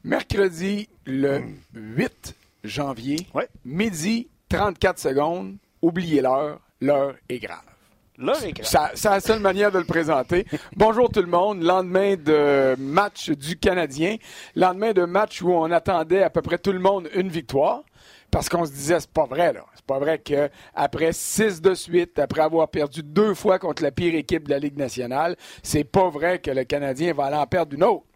Mercredi, le 8 janvier, midi, 34 secondes. Oubliez l'heure. L'heure est grave. L'heure est grave. C'est la seule manière de le présenter. Bonjour tout le monde. Lendemain de match du Canadien. Lendemain de match où on attendait à peu près tout le monde une victoire. Parce qu'on se disait, c'est pas vrai, là. C'est pas vrai qu'après 6 de suite, après avoir perdu 2 fois contre la pire équipe de la Ligue nationale, c'est pas vrai que le Canadien va aller en perdre une autre.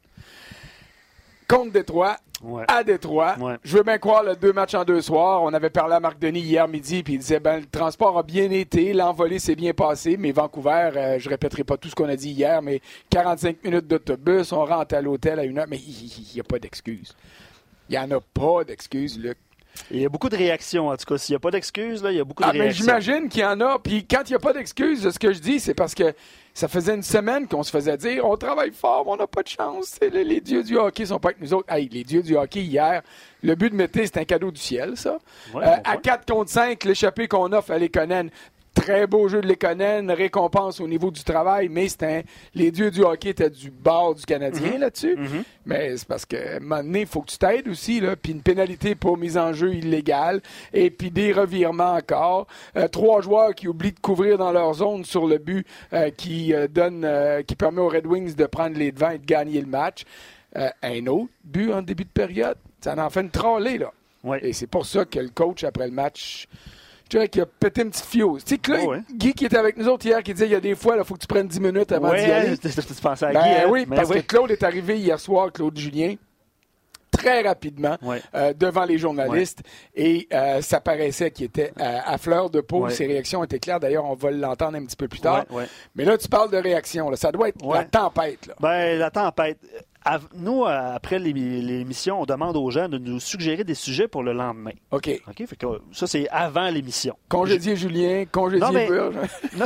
Contre Détroit, à Détroit. Je veux bien croire le 2 matchs en 2 soirs. On avait parlé à Marc Denis hier midi, puis il disait, le transport a bien été, l'envolée s'est bien passée, mais Vancouver, je répéterai pas tout ce qu'on a dit hier, mais 45 minutes d'autobus, on rentre à l'hôtel à 1h, mais il n'y a pas d'excuses. Il n'y en a pas d'excuses, Luc. Il y a beaucoup de réactions, en tout cas. S'il n'y a pas d'excuses, il y a beaucoup de réactions. Mais j'imagine qu'il y en a. Puis quand il n'y a pas d'excuses, ce que je dis, c'est parce que ça faisait une semaine qu'on se faisait dire on travaille fort, mais on n'a pas de chance. Les dieux du hockey sont pas avec nous autres. Hey, les dieux du hockey, hier, le but de Mété, c'est un cadeau du ciel, ça. À 4 contre 5, l'échappée qu'on offre à Lekonen. Très beau jeu de Lekonen, récompense au niveau du travail, mais les dieux du hockey étaient du bord du Canadien là-dessus. Mais c'est parce que, à un moment donné, il faut que tu t'aides aussi, là. Puis une pénalité pour mise en jeu illégale, et puis des revirements encore. 3 joueurs qui oublient de couvrir dans leur zone sur le but qui permet aux Red Wings de prendre les devants et de gagner le match. Un autre but en début de période, ça en fait une trollée, là. Et c'est pour ça que le coach, après le match... Je dirais qu'il a pété une petite fuse. Tu sais, Guy qui était avec nous autres hier, qui disait il y a des fois, il faut que tu prennes 10 minutes avant d'y aller. Tu pensais à Guy, hein? Oui, parce que Claude est arrivé hier soir, Claude Julien, très rapidement devant les journalistes. Et ça paraissait qu'il était à fleur de peau. Ses réactions étaient claires. D'ailleurs, on va l'entendre un petit peu plus tard. Mais là, tu parles de réaction. Là. Ça doit être la tempête. Là. La tempête. Nous, après l'émission, on demande aux gens de nous suggérer des sujets pour le lendemain. OK. Fait que ça, c'est avant l'émission. Congédier Julien, congédier Burge. Non,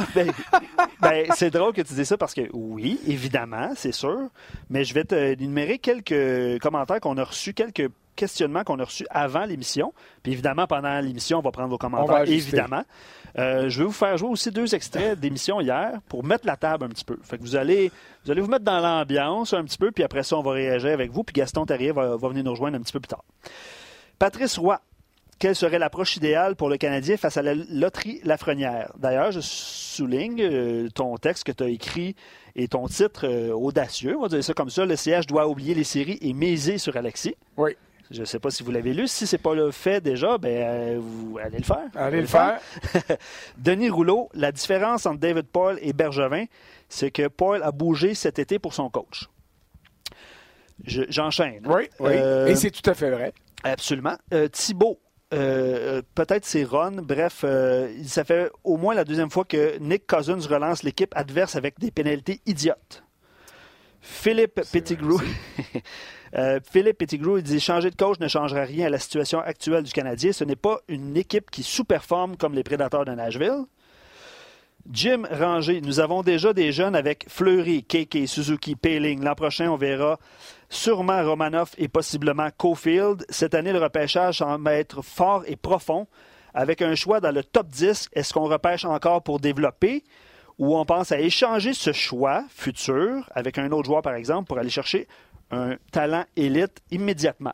c'est drôle que tu dises ça parce que, oui, évidemment, c'est sûr, mais je vais te énumérer quelques commentaires qu'on a reçus, quelques questionnements qu'on a reçus avant l'émission. Puis évidemment, pendant l'émission, on va prendre vos commentaires, évidemment. Je vais vous faire jouer aussi 2 extraits d'émission hier pour mettre la table un petit peu. Fait que vous allez vous mettre dans l'ambiance un petit peu, puis après ça, on va réagir avec vous. Puis Gaston Terrier va venir nous rejoindre un petit peu plus tard. Patrice Roy, quelle serait l'approche idéale pour le Canadien face à la loterie Lafrenière? D'ailleurs, je souligne ton texte que tu as écrit et ton titre audacieux, on va dire ça comme ça. Le CH doit oublier les séries et miser sur Alexis. Oui. Je ne sais pas si vous l'avez lu. Si ce n'est pas le fait déjà, vous allez le faire. Allez le faire. Denis Rouleau, la différence entre David Poile et Bergevin, c'est que Poile a bougé cet été pour son coach. J'enchaîne. Oui. Et c'est tout à fait vrai. Absolument. Thibault, peut-être c'est Ron. Bref, ça fait au moins la 2e fois que Nick Cousins relance l'équipe adverse avec des pénalités idiotes. Philippe Pettigrew... Philippe Pettigrew, il dit « Changer de coach ne changera rien à la situation actuelle du Canadien. Ce n'est pas une équipe qui sous-performe comme les Prédateurs de Nashville. » Jim Ranger, nous avons déjà des jeunes avec Fleury, KK, Suzuki, Payling. L'an prochain, on verra sûrement Romanoff et possiblement Caulfield. Cette année, le repêchage semble être fort et profond. Avec un choix dans le top 10, est-ce qu'on repêche encore pour développer ou on pense à échanger ce choix futur avec un autre joueur, par exemple, pour aller chercher un talent élite immédiatement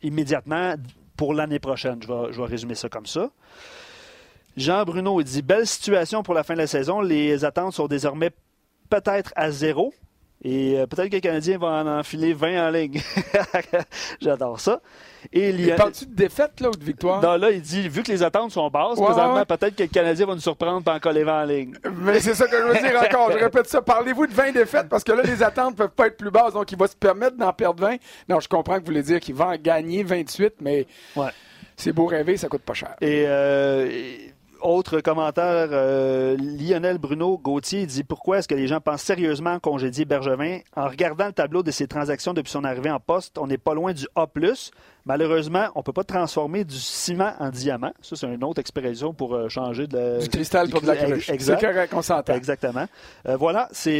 pour l'année prochaine. Je vais résumer ça comme ça. Jean Bruno, il dit « Belle situation pour la fin de la saison. Les attentes sont désormais peut-être à 0. Et peut-être que le Canadien va en enfiler 20 en ligne. » J'adore ça. Et parles-tu de défaite là, ou de victoire? Non, là, il dit, vu que les attentes sont basses, présentement, peut-être que le Canadien va nous surprendre et encore les 20 en ligne. Mais c'est ça que je veux dire encore. Je répète ça. Parlez-vous de 20 défaites parce que là, les attentes ne peuvent pas être plus basses. Donc, il va se permettre d'en perdre 20. Non, je comprends que vous voulez dire qu'il va en gagner 28, mais c'est beau rêver, ça coûte pas cher. Et autre commentaire, Lionel Bruno Gauthier dit « Pourquoi est-ce que les gens pensent sérieusement congédier Bergevin? En regardant le tableau de ses transactions depuis son arrivée en poste, on n'est pas loin du A+. Malheureusement, on ne peut pas transformer du ciment en diamant. » Ça, c'est une autre expression pour changer du cristal pour de la cruche. Exact. C'est correct, on s'entend. Exactement. Voilà, c'est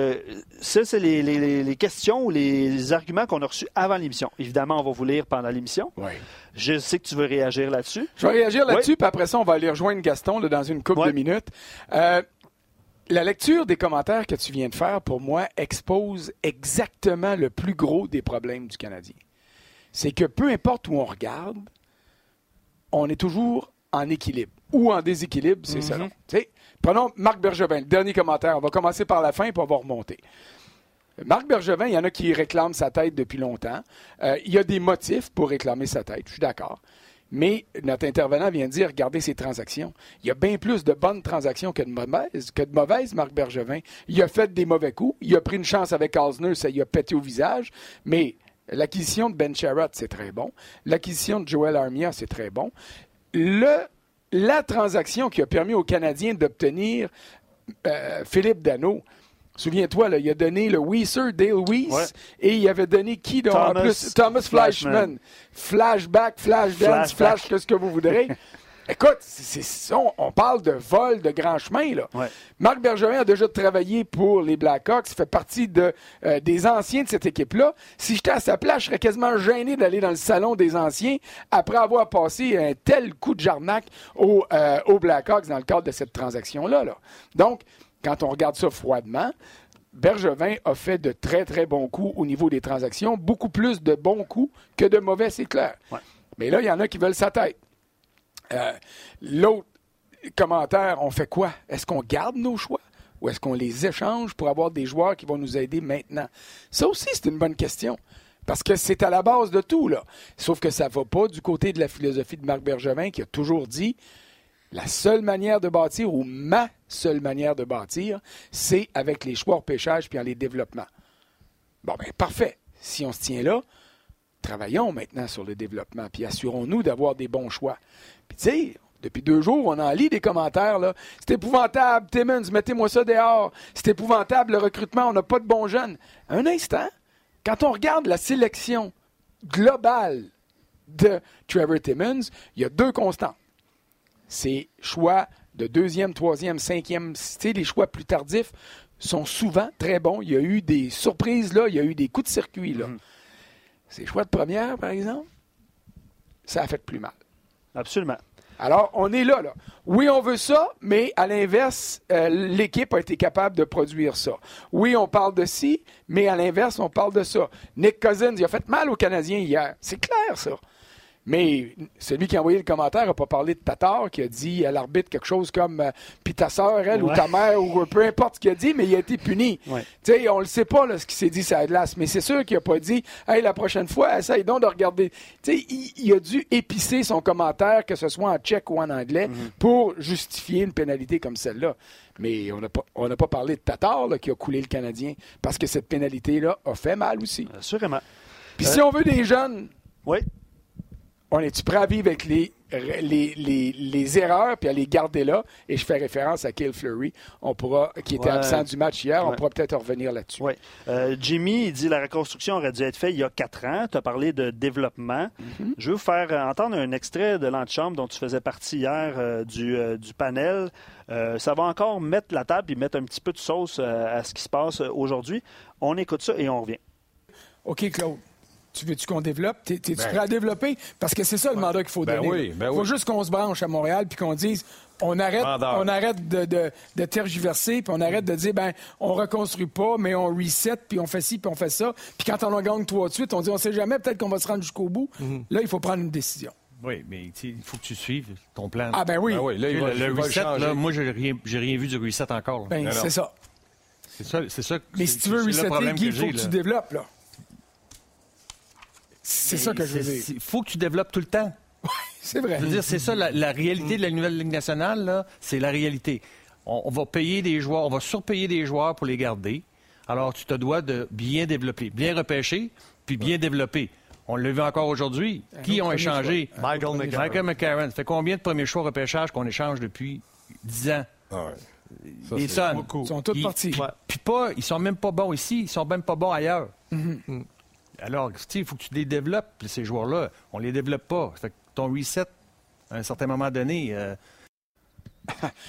les questions ou les arguments qu'on a reçus avant l'émission. Évidemment, on va vous lire pendant l'émission. Oui. Je sais que tu veux réagir là-dessus. Je vais réagir là-dessus, puis après ça, on va aller rejoindre Gaston là, dans une couple de minutes. La lecture des commentaires que tu viens de faire, pour moi, expose exactement le plus gros des problèmes du Canadien. c'est que peu importe où on regarde, on est toujours en équilibre ou en déséquilibre, c'est selon. T'sais, prenons Marc Bergevin, le dernier commentaire. On va commencer par la fin puis on va remonter. Marc Bergevin, il y en a qui réclament sa tête depuis longtemps. Il y a des motifs pour réclamer sa tête, je suis d'accord. Mais notre intervenant vient de dire, regardez ses transactions. Il y a bien plus de bonnes transactions que de mauvaises, Marc Bergevin. Il a fait des mauvais coups. Il a pris une chance avec Osner, ça lui a pété au visage. Mais l'acquisition de Ben Sherratt, c'est très bon. L'acquisition de Joel Armia, c'est très bon. La transaction qui a permis aux Canadiens d'obtenir Philippe Danault, souviens-toi, là, il a donné le Weiser, Dale Weiss, et il avait donné qui en plus? Thomas Fleischmann. Flashback, Flashdance, Flash, qu'est-ce que vous voudrez. Écoute, on parle de vol de grand chemin. Là. Ouais. Marc Bergevin a déjà travaillé pour les Blackhawks. Il fait partie des anciens de cette équipe-là. Si j'étais à sa place, je serais quasiment gêné d'aller dans le salon des anciens après avoir passé un tel coup de jarnac aux Blackhawks dans le cadre de cette transaction-là. Là. Donc, quand on regarde ça froidement, Bergevin a fait de très, très bons coups au niveau des transactions. Beaucoup plus de bons coups que de mauvais, c'est clair. Ouais. Mais là, il y en a qui veulent sa tête. L'autre commentaire, on fait quoi? Est-ce qu'on garde nos choix ou est-ce qu'on les échange pour avoir des joueurs qui vont nous aider maintenant? Ça aussi, c'est une bonne question. Parce que c'est à la base de tout, là. Sauf que ça ne va pas du côté de la philosophie de Marc Bergevin qui a toujours dit la seule manière de bâtir ou ma seule manière de bâtir, c'est avec les choix au pêchage puis en les développements. Bon, bien, parfait. Si on se tient là, travaillons maintenant sur le développement puis assurons-nous d'avoir des bons choix. Puis tu sais, depuis 2 jours, on en lit des commentaires, là. C'est épouvantable, Timmons, mettez-moi ça dehors. C'est épouvantable, le recrutement, on n'a pas de bons jeunes. Un instant, quand on regarde la sélection globale de Trevor Timmons, il y a 2 constantes. Ces choix de 2e, 3e, 5e, les choix plus tardifs sont souvent très bons. Il y a eu des surprises, là, il y a eu des coups de circuit, là. Ces choix de première, par exemple, ça a fait plus mal. Absolument. Alors, on est là. Oui, on veut ça, mais à l'inverse, l'équipe a été capable de produire ça. Oui, on parle de ci, mais à l'inverse, on parle de ça. Nick Cousins, il a fait mal aux Canadiens hier. C'est clair, ça. Mais celui qui a envoyé le commentaire n'a pas parlé de Tatar, qui a dit à l'arbitre quelque chose comme « Pis ta sœur, elle, ou ta mère, ou peu importe ce qu'il a dit, mais il a été puni. Ouais. » Tu sais, on ne le sait pas, là, ce qu'il s'est dit sur la glace, mais c'est sûr qu'il n'a pas dit « Hey, la prochaine fois, essaye donc de regarder. » Tu sais, il a dû épicer son commentaire, que ce soit en tchèque ou en anglais, pour justifier une pénalité comme celle-là. Mais on n'a pas parlé de Tatar, là, qui a coulé le Canadien, parce que cette pénalité-là a fait mal aussi. Assurément. Puis si on veut des jeunes... Oui. On est-tu prêt à vivre avec les erreurs puis à les garder là? Et je fais référence à Cale Fleury, qui était absent du match hier. On pourra peut-être revenir là-dessus. Oui. Jimmy, il dit la reconstruction aurait dû être faite il y a 4 ans. Tu as parlé de développement. Je veux vous faire entendre un extrait de l'antichambre dont tu faisais partie hier du panel. Ça va encore mettre la table et mettre un petit peu de sauce à ce qui se passe aujourd'hui. On écoute ça et on revient. OK, Claude. Tu veux-tu qu'on développe? T'es-tu prêt à développer? Parce que c'est ça le mandat qu'il faut donner. Il faut juste qu'on se branche à Montréal puis qu'on dise on arrête de tergiverser puis on arrête de dire on reconstruit pas, mais on reset puis on fait ci puis on fait ça. Puis quand on en gagne 3 de suite, on dit on sait jamais, peut-être qu'on va se rendre jusqu'au bout. Là, il faut prendre une décision. Oui, mais il faut que tu suives ton plan. Ah ben oui. Là, le reset, là, moi, j'ai rien vu du reset encore. C'est ça. C'est ça. Mais si tu veux resetter, Guy, il faut que tu développes, là. C'est ça que je veux dire. Il faut que tu développes tout le temps. Oui, c'est vrai. Je veux dire, c'est ça, la réalité de la nouvelle Ligue nationale, là, c'est la réalité. On va payer des joueurs, on va surpayer des joueurs pour les garder. Alors, tu te dois de bien développer, bien repêcher, puis bien développer. On l'a vu encore aujourd'hui. Qui ont échangé? Michael McCarron. Ça fait combien de premiers choix repêchage qu'on échange depuis 10 ans? Ah ouais. Ça, les Suns. Ils sont tous partis. Puis ils sont même pas bons ici, ils sont même pas bons ailleurs. Alors, il faut que tu les développes, ces joueurs-là. On les développe pas. Ça fait que ton reset, à un certain moment donné...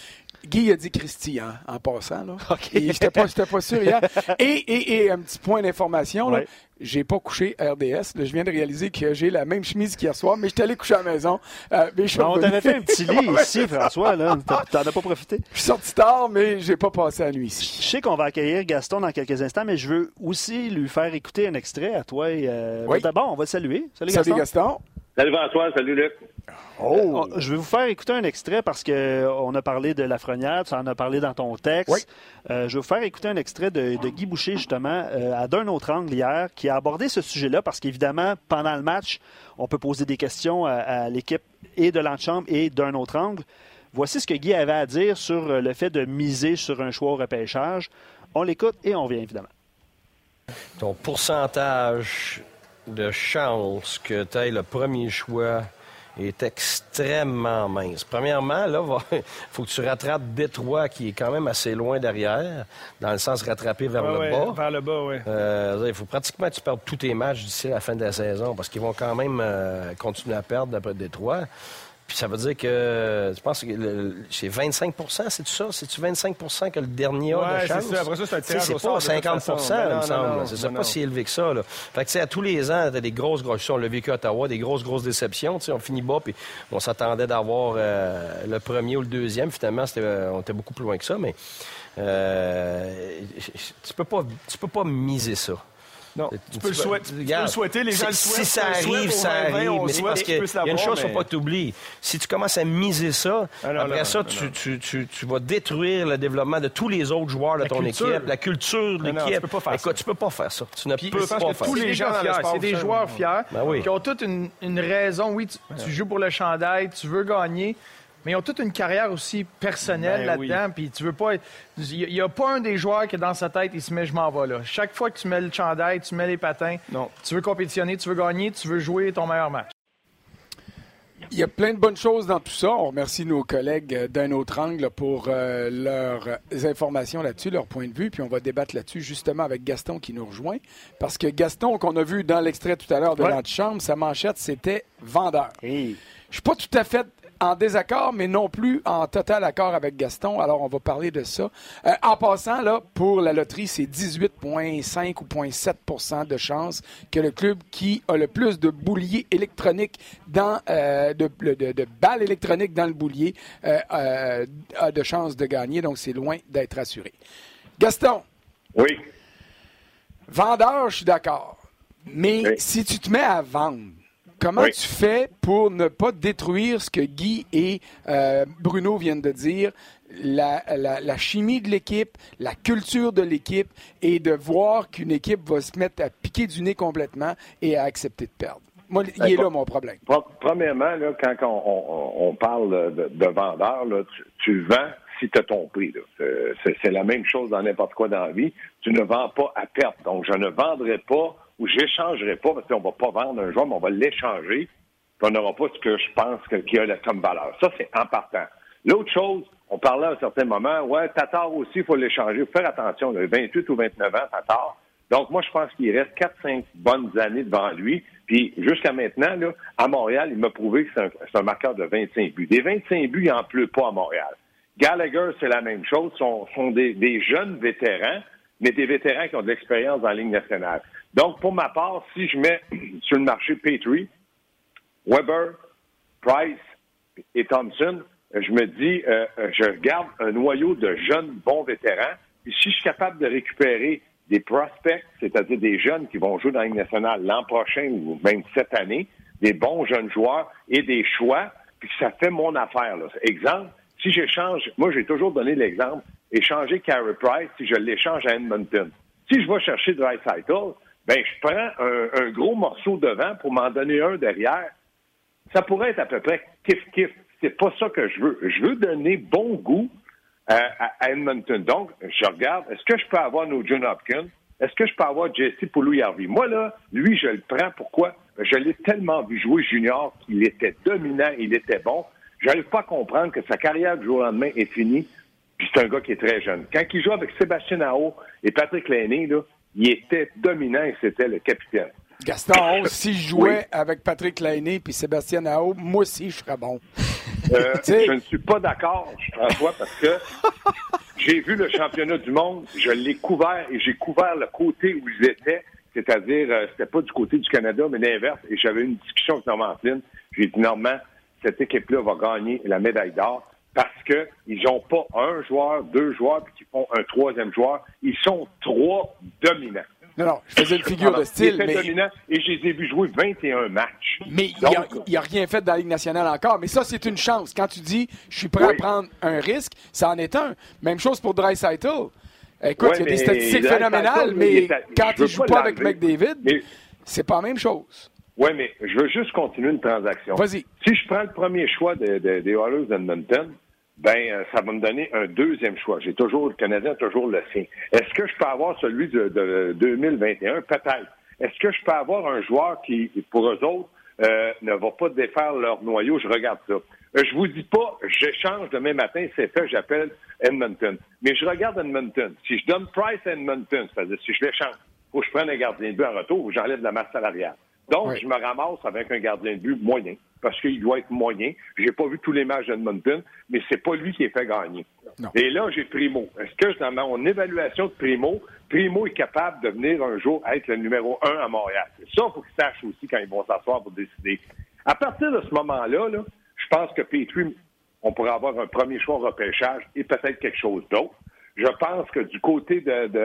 Guy a dit Christy en passant. Là. OK. Et j'étais pas sûr hier. Et un petit point d'information. Là, j'ai pas couché RDS. Là, je viens de réaliser que j'ai la même chemise qu'hier soir, mais j'étais allé coucher à la maison. On t'avait fait un petit lit ici, François. Là. T'en as pas profité? Je suis sorti tard, mais j'ai pas passé la nuit ici. Je sais qu'on va accueillir Gaston dans quelques instants, mais je veux aussi lui faire écouter un extrait à toi. D'abord, on va le saluer. Salut Gaston. Salut François, salut Luc. Je vais vous faire écouter un extrait parce qu'on a parlé de Lafrenière, tu en as parlé dans ton texte. Oui. Je vais vous faire écouter un extrait de Guy Boucher, justement, à d'un autre angle hier, qui a abordé ce sujet-là parce qu'évidemment, pendant le match, on peut poser des questions à l'équipe et de l'antichambre et d'un autre angle. Voici ce que Guy avait à dire sur le fait de miser sur un choix au repêchage. On l'écoute et on revient, évidemment. Ton pourcentage de chance que tu aies le premier choix est extrêmement mince. Premièrement, là, il faut que tu rattrapes Détroit, qui est quand même assez loin derrière, dans le sens rattraper vers le bas. Vers le bas, oui. Il faut pratiquement que tu perdes tous tes matchs d'ici la fin de la saison, parce qu'ils vont quand même continuer à perdre d'après Détroit. Puis ça veut dire que, je pense que c'est 25 c'est-tu ça? C'est-tu 25 que le dernier a de chance? C'est ça. Après ça, c'est un tirage au c'est sort. pas 50 il me semble. C'est pas non. si élevé que ça. Là. Fait que, tu sais, à tous les ans, t'as des grosses, on l'a vécu à Ottawa, des grosses déceptions. Tu sais, on finit bas, puis on s'attendait d'avoir le premier ou le deuxième. Finalement, on était beaucoup plus loin que ça, mais tu peux pas miser ça. Non, tu peux le souhaiter, les gens le souhaitent. Si ça arrive, ça arrive. Mais c'est parce qu'il y a une chose qu'il ne faut pas t'oublier. Si tu commences à miser ça, tu vas détruire le développement de tous les autres joueurs de ton équipe, la culture de l'équipe. Écoute, tu peux pas faire ça. Tu ne peux pas faire ça. Tous les gens fiers, c'est des joueurs fiers qui ont toute une raison. Oui, tu joues pour le chandail, tu veux gagner. Mais ils ont toute une carrière aussi personnelle là-dedans. Puis tu veux pas. Il n'y a pas un des joueurs qui, dans sa tête, il se met je m'en vais là. Chaque fois que tu mets le chandail, tu mets les patins, tu veux compétitionner, tu veux gagner, tu veux jouer ton meilleur match. Il y a plein de bonnes choses dans tout ça. On remercie nos collègues d'un autre angle pour leurs informations là-dessus, leur point de vue. Puis on va débattre là-dessus justement avec Gaston qui nous rejoint. Parce que Gaston, qu'on a vu dans l'extrait tout à l'heure de l'antichambre, sa manchette, c'était vendeur. Je suis pas tout à fait en désaccord, mais non plus en total accord avec Gaston. Alors, on va parler de ça. En passant, là, pour la loterie, c'est 18,5 ou 0,7 % de chance que le club qui a le plus de bouliers électroniques de balles électroniques dans le boulier a de chances de gagner. Donc, c'est loin d'être assuré. Gaston. Oui. Vendeur, je suis d'accord. Mais si tu te mets à vendre, comment tu fais pour ne pas détruire ce que Guy et Bruno viennent de dire, la chimie de l'équipe, la culture de l'équipe, et de voir qu'une équipe va se mettre à piquer du nez complètement et à accepter de perdre? Moi, il est là mon problème. Premièrement, là, quand on parle de vendeur, là, tu vends si tu as ton prix. Là. C'est la même chose dans n'importe quoi dans la vie. Tu ne vends pas à perte. Donc, je ne vendrai pas ou j'échangerai pas, parce qu'on ne va pas vendre un joueur, mais on va l'échanger, puis on n'aura pas ce que je pense qu'il a comme valeur. Ça, c'est en partant. L'autre chose, on parlait à un certain moment, Tatar aussi, il faut l'échanger. Il faut faire attention, là, 28 ou 29 ans, Tatar. Donc, moi, je pense qu'il reste 4-5 bonnes années devant lui. Puis, jusqu'à maintenant, là, à Montréal, il m'a prouvé que c'est un marqueur de 25 buts. Des 25 buts, il n'en pleut pas à Montréal. Gallagher, c'est la même chose. Sont des jeunes vétérans, mais des vétérans qui ont de l'expérience dans la Ligue nationale. Donc, pour ma part, si je mets sur le marché Petrie, Weber, Price et Thompson, je me dis, je garde un noyau de jeunes bons vétérans. Puis si je suis capable de récupérer des prospects, c'est-à-dire des jeunes qui vont jouer dans la Ligue nationale l'an prochain ou même cette année, des bons jeunes joueurs et des choix, puis ça fait mon affaire. Là. Exemple, si j'échange, moi j'ai toujours donné l'exemple, échanger Carey Price si je l'échange à Edmonton. Si je vais chercher Draisaitl, je prends un gros morceau devant pour m'en donner un derrière. Ça pourrait être à peu près kiff-kiff. C'est pas ça que je veux. Je veux donner bon goût à Edmonton. Donc, je regarde, est-ce que je peux avoir Nugent Hopkins? Est-ce que je peux avoir Jesse Puljujarvi? Moi, là, lui, je le prends. Pourquoi? Je l'ai tellement vu jouer junior qu'il était dominant, il était bon. Je n'arrive pas à comprendre que sa carrière du jour au lendemain est finie. Puis c'est un gars qui est très jeune. Quand il joue avec Sébastien Aho et Patrick Laine, là, il était dominant et c'était le capitaine. Gaston, si je jouais avec Patrick Laine et Sébastien Aho, moi aussi, je serais bon. Je ne suis pas d'accord, François, parce que j'ai vu le championnat du monde, je l'ai couvert et j'ai couvert le côté où ils étaient, c'est-à-dire, c'était pas du côté du Canada, mais l'inverse, et j'avais une discussion avec Normand Flynn. J'ai dit, Normand, cette équipe-là va gagner la médaille d'or parce que ils n'ont pas un joueur, deux joueurs, puis qu'ils font un troisième joueur. Ils sont trois dominants. Non, je faisais une figure de style, mais... dominant, et je les ai vus jouer 21 matchs. Mais il n'a rien fait dans la Ligue nationale encore. Mais ça, c'est une chance. Quand tu dis « je suis prêt à prendre un risque », ça en est un. Même chose pour Draisaitl. Écoute, il y a des statistiques phénoménales, mais quand il ne joue pas avec McDavid, c'est pas la même chose. Oui, mais je veux juste continuer une transaction. Vas-y. Si je prends le premier choix des Oilers d'Edmonton, ça va me donner un deuxième choix. Le Canadien a toujours le sien. Est-ce que je peux avoir celui de 2021? Peut-être. Est-ce que je peux avoir un joueur qui, pour eux autres, ne va pas défaire leur noyau? Je regarde ça. Je vous dis pas, j'échange demain matin, c'est fait, j'appelle Edmonton. Mais je regarde Edmonton. Si je donne Price à Edmonton, c'est-à-dire si je l'échange, il faut que je prenne un gardien de but en retour ou j'enlève de la masse salariale. Donc, je me ramasse avec un gardien de but moyen, parce qu'il doit être moyen. J'ai pas vu tous les matchs d'Edmonton, mais c'est pas lui qui est fait gagner. Non. Et là, j'ai Primo. Est-ce que dans mon évaluation de Primo est capable de venir un jour être le numéro 1 à Montréal? C'est ça, il faut qu'ils sachent aussi quand ils vont s'asseoir pour décider. À partir de ce moment-là, je pense que Petrie, on pourrait avoir un premier choix repêchage et peut-être quelque chose d'autre. Je pense que du côté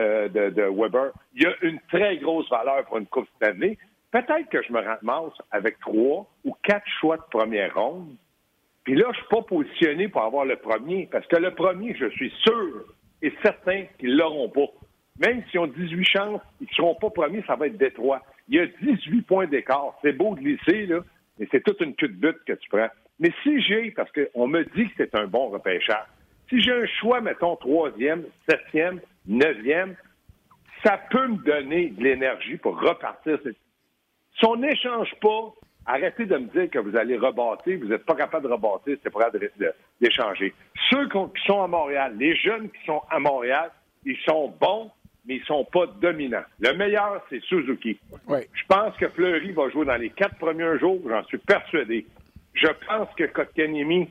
de Weber, il y a une très grosse valeur pour une Coupe Stanley. Peut-être que je me ramasse avec 3 ou 4 choix de première ronde. Puis là, je suis pas positionné pour avoir le premier, parce que le premier, je suis sûr et certain qu'ils l'auront pas. Même s'ils ont 18 chances, ils ne seront pas premiers, ça va être Détroit. Il y a 18 points d'écart. C'est beau de lisser, là, mais c'est toute une queue de but que tu prends. Mais si j'ai, parce qu'on me dit que c'est un bon repêchage, si j'ai un choix, mettons, 3e, 7e, 9e, ça peut me donner de l'énergie pour repartir. Si on n'échange pas, arrêtez de me dire que vous allez rebâtir, vous n'êtes pas capable de rebâtir, c'est pas capable d'échanger. Ceux qui sont à Montréal, les jeunes qui sont à Montréal, ils sont bons, mais ils sont pas dominants. Le meilleur, c'est Suzuki. Oui. Je pense que Fleury va jouer dans les 4 premiers jours, j'en suis persuadé. Je pense que Kotkaniemi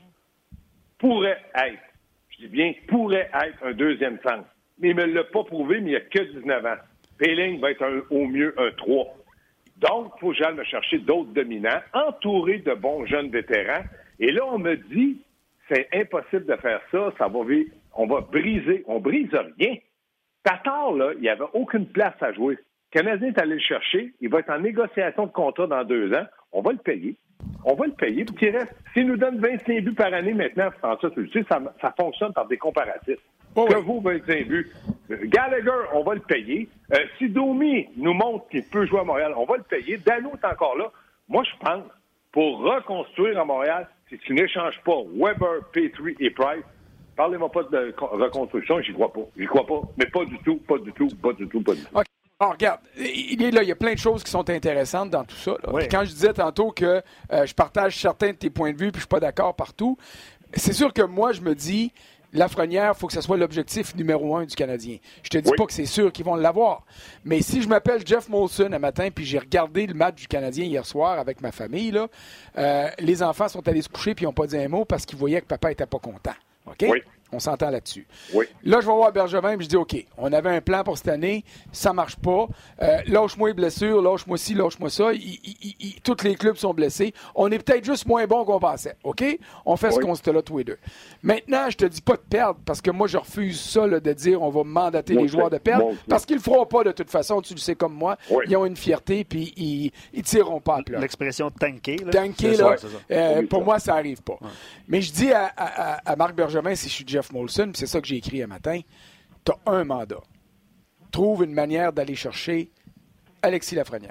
pourrait être, je dis bien pourrait être un deuxième centre. Mais il ne me l'a pas prouvé, mais il n'y a que 19 ans. Péling va être au mieux un 3. Donc, il faut que j'aille me chercher d'autres dominants, entourés de bons jeunes vétérans. Et là, on me dit, c'est impossible de faire ça, on va briser. On brise rien. Tatar, là, il n'y avait aucune place à jouer. Le Canadien est allé le chercher. Il va être en négociation de contrat dans 2 ans. On va le payer. Puis qu'il reste. S'il nous donne 25 buts par année maintenant, François, tu le sais, ça fonctionne par des comparatifs. Que vaut 25 buts? Gallagher, on va le payer. Si Domi nous montre qu'il peut jouer à Montréal, on va le payer. Dano est encore là. Moi, je pense, pour reconstruire à Montréal, si tu n'échanges pas Weber, Petrie et Price, parlez-moi pas de reconstruction, j'y crois pas. Mais pas du tout. Okay. Alors, regarde, il y a plein de choses qui sont intéressantes dans tout ça. Oui. Puis quand je disais tantôt que je partage certains de tes points de vue puis je suis pas d'accord partout, c'est sûr que moi, je me dis... Lafrenière, il faut que ce soit l'objectif numéro 1 du Canadien. Je te dis pas que c'est sûr qu'ils vont l'avoir. Mais si je m'appelle Jeff Molson un matin puis j'ai regardé le match du Canadien hier soir avec ma famille, là, les enfants sont allés se coucher puis ils n'ont pas dit un mot parce qu'ils voyaient que papa était pas content. OK? Oui. On s'entend là-dessus. Oui. Là, je vais voir Bergevin et je dis OK, on avait un plan pour cette année, ça marche pas. Lâche-moi les blessures, lâche-moi ci, lâche-moi ça. Tous les clubs sont blessés. On est peut-être juste moins bons qu'on pensait. OK? On fait ce constat-là tous les deux. Maintenant, je te dis pas de perdre parce que moi, je refuse ça là, de dire on va mandater les joueurs de perdre parce qu'ils le feront pas de toute façon. Tu le sais comme moi. Oui. Ils ont une fierté puis ils tireront pas à plat. L'expression tanker. Tanker, là, pour moi, ça arrive pas. Ouais. Mais je dis à Marc Bergevin, si je suis Jeff Molson, puis c'est ça que j'ai écrit un matin, tu as un mandat. Trouve une manière d'aller chercher Alexis Lafrenière.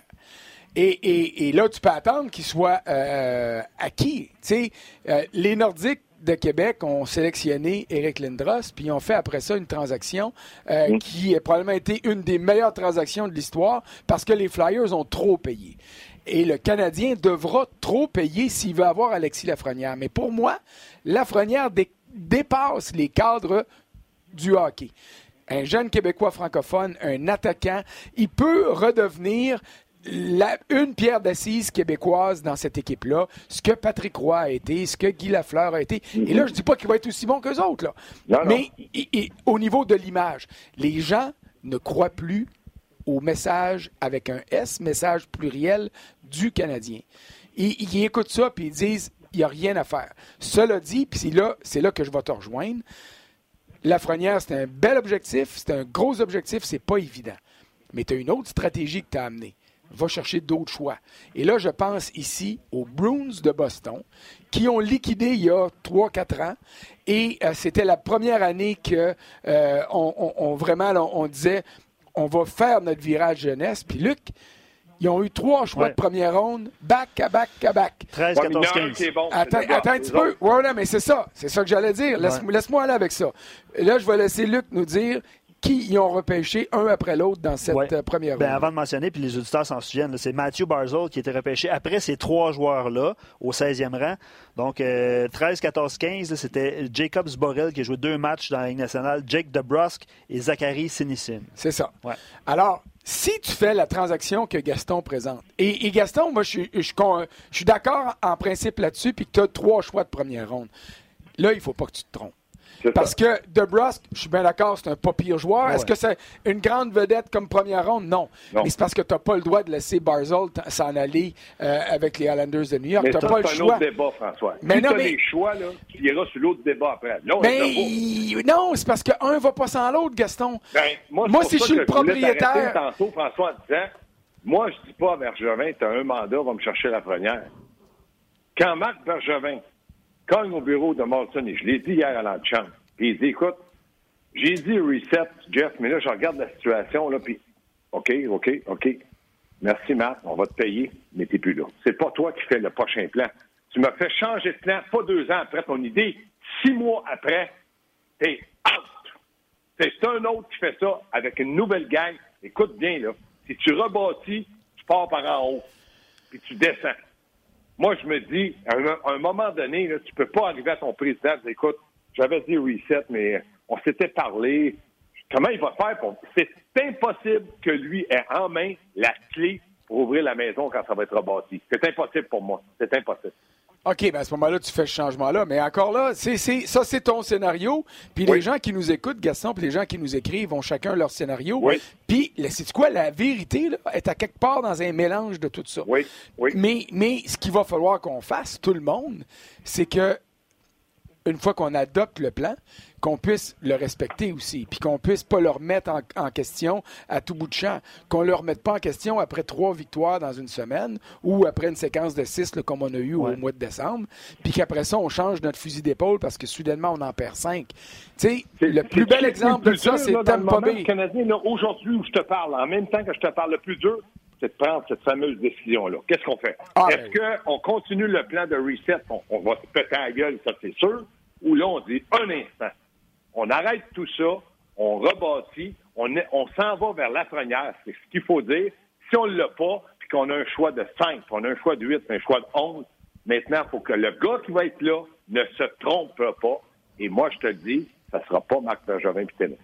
Et là, tu peux attendre qu'il soit acquis. Les Nordiques de Québec ont sélectionné Éric Lindros, puis ils ont fait après ça une transaction qui a probablement été une des meilleures transactions de l'histoire parce que les Flyers ont trop payé. Et le Canadien devra trop payer s'il veut avoir Alexis Lafrenière. Mais pour moi, Lafrenière dépasse les cadres du hockey. Un jeune Québécois francophone, un attaquant, il peut redevenir une pierre d'assise québécoise dans cette équipe-là, ce que Patrick Roy a été, ce que Guy Lafleur a été. Et là, je dis pas qu'il va être aussi bon qu'eux autres, là. Non. Mais au niveau de l'image, les gens ne croient plus au message avec un S, message pluriel du Canadien. Ils écoutent ça puis ils disent il n'y a rien à faire. Cela dit, puis c'est là que je vais te rejoindre. Lafrenière, c'est un bel objectif, c'est un gros objectif, c'est pas évident. Mais tu as une autre stratégie que tu as amenée. Va chercher d'autres choix. Et là, je pense ici aux Bruins de Boston, qui ont liquidé il y a 3-4 ans. Et c'était la première année que on disait on va faire notre virage jeunesse. Puis Luc, ils ont eu 3 choix de première ronde, back à back à back. 13, 14, 15. Attends un petit peu. Oui, mais c'est ça. C'est ça que j'allais dire. Laisse-moi aller avec ça. Là, je vais laisser Luc nous dire qui ils ont repêché un après l'autre dans cette première ronde. Avant de mentionner, puis les auditeurs s'en souviennent, là, c'est Matthew Barzal qui était repêché après ces 3 joueurs-là, au 16e rang. Donc, 13, 14, 15, là, c'était Jacob Zboril qui a joué 2 matchs dans la Ligue nationale, Jake DeBrusk et Zachary Sinissin. C'est ça. Ouais. Alors, si tu fais la transaction que Gaston présente, et Gaston, moi, je suis d'accord en principe là-dessus, puis que tu as 3 choix de première ronde, là, il ne faut pas que tu te trompes. Parce que DeBrusk, je suis bien d'accord, c'est un pas pire joueur. Ouais. Est-ce que c'est une grande vedette comme première ronde? Non. Mais c'est parce que tu n'as pas le droit de laisser Barzal s'en aller avec les Islanders de New York. Mais t'as ça, pas c'est le un choix. autre débat, François. Mais si non, tu as mais... des choix, là, tu iras sur l'autre débat après. Là, non, c'est parce qu'un ne va pas sans l'autre, Gaston. Moi si je suis le propriétaire... Tantôt, François, en disant, moi, je dis pas à Bergevin, tu as un mandat, va me chercher la première. Quand Marc Bergevin cogne au bureau de Molson, et je l'ai dit hier à l'antichambre, puis il dit, écoute, j'ai dit reset, Jeff, mais là, je regarde la situation, là, puis OK. Merci, Marc, on va te payer, mais t'es plus là. C'est pas toi qui fais le prochain plan. Tu m'as fait changer de plan, pas 2 ans après ton idée, 6 mois après, t'es out. C'est un autre qui fait ça avec une nouvelle gang. Écoute bien, là, si tu rebâtis, tu pars par en haut, puis tu descends. Moi, je me dis, à un moment donné, là, tu peux pas arriver à ton président et dire, écoute, j'avais dit reset, mais on s'était parlé. Comment il va faire pour... C'est impossible que lui ait en main la clé pour ouvrir la maison quand ça va être rebâti. C'est impossible pour moi. C'est impossible. OK, à ce moment-là, tu fais ce changement-là. Mais encore là, ça, c'est ton scénario. Puis les gens qui nous écoutent, Gaston, puis les gens qui nous écrivent ont chacun leur scénario. Oui. Puis, sais-tu quoi? La vérité là, est à quelque part dans un mélange de tout ça. Oui. Mais ce qu'il va falloir qu'on fasse, tout le monde, c'est que une fois qu'on adopte le plan, qu'on puisse le respecter aussi, puis qu'on puisse pas le remettre en question à tout bout de champ, qu'on le remette pas en question après 3 victoires dans une semaine ou après une séquence de 6 là, comme on a eu au mois de décembre, puis qu'après ça, on change notre fusil d'épaule parce que soudainement, on en perd 5. Tu sais, le plus bel exemple de ça, c'est Tampa Bay. Canadien, là, aujourd'hui où je te parle, en même temps que je te parle, le plus dur, c'est de prendre cette fameuse décision-là. Qu'est-ce qu'on fait? Est-ce qu'on continue le plan de reset? On va se péter à la gueule, ça c'est sûr. Ou là, on dit un instant. On arrête tout ça, on rebâtit, on s'en va vers Lafrenière. C'est ce qu'il faut dire. Si on ne l'a pas, puis qu'on a un choix de 5, puis on a un choix de 8, puis un choix de 11, maintenant, il faut que le gars qui va être là ne se trompe pas. Et moi, je te le dis, ça ne sera pas Marc Bergevin puis Tennis.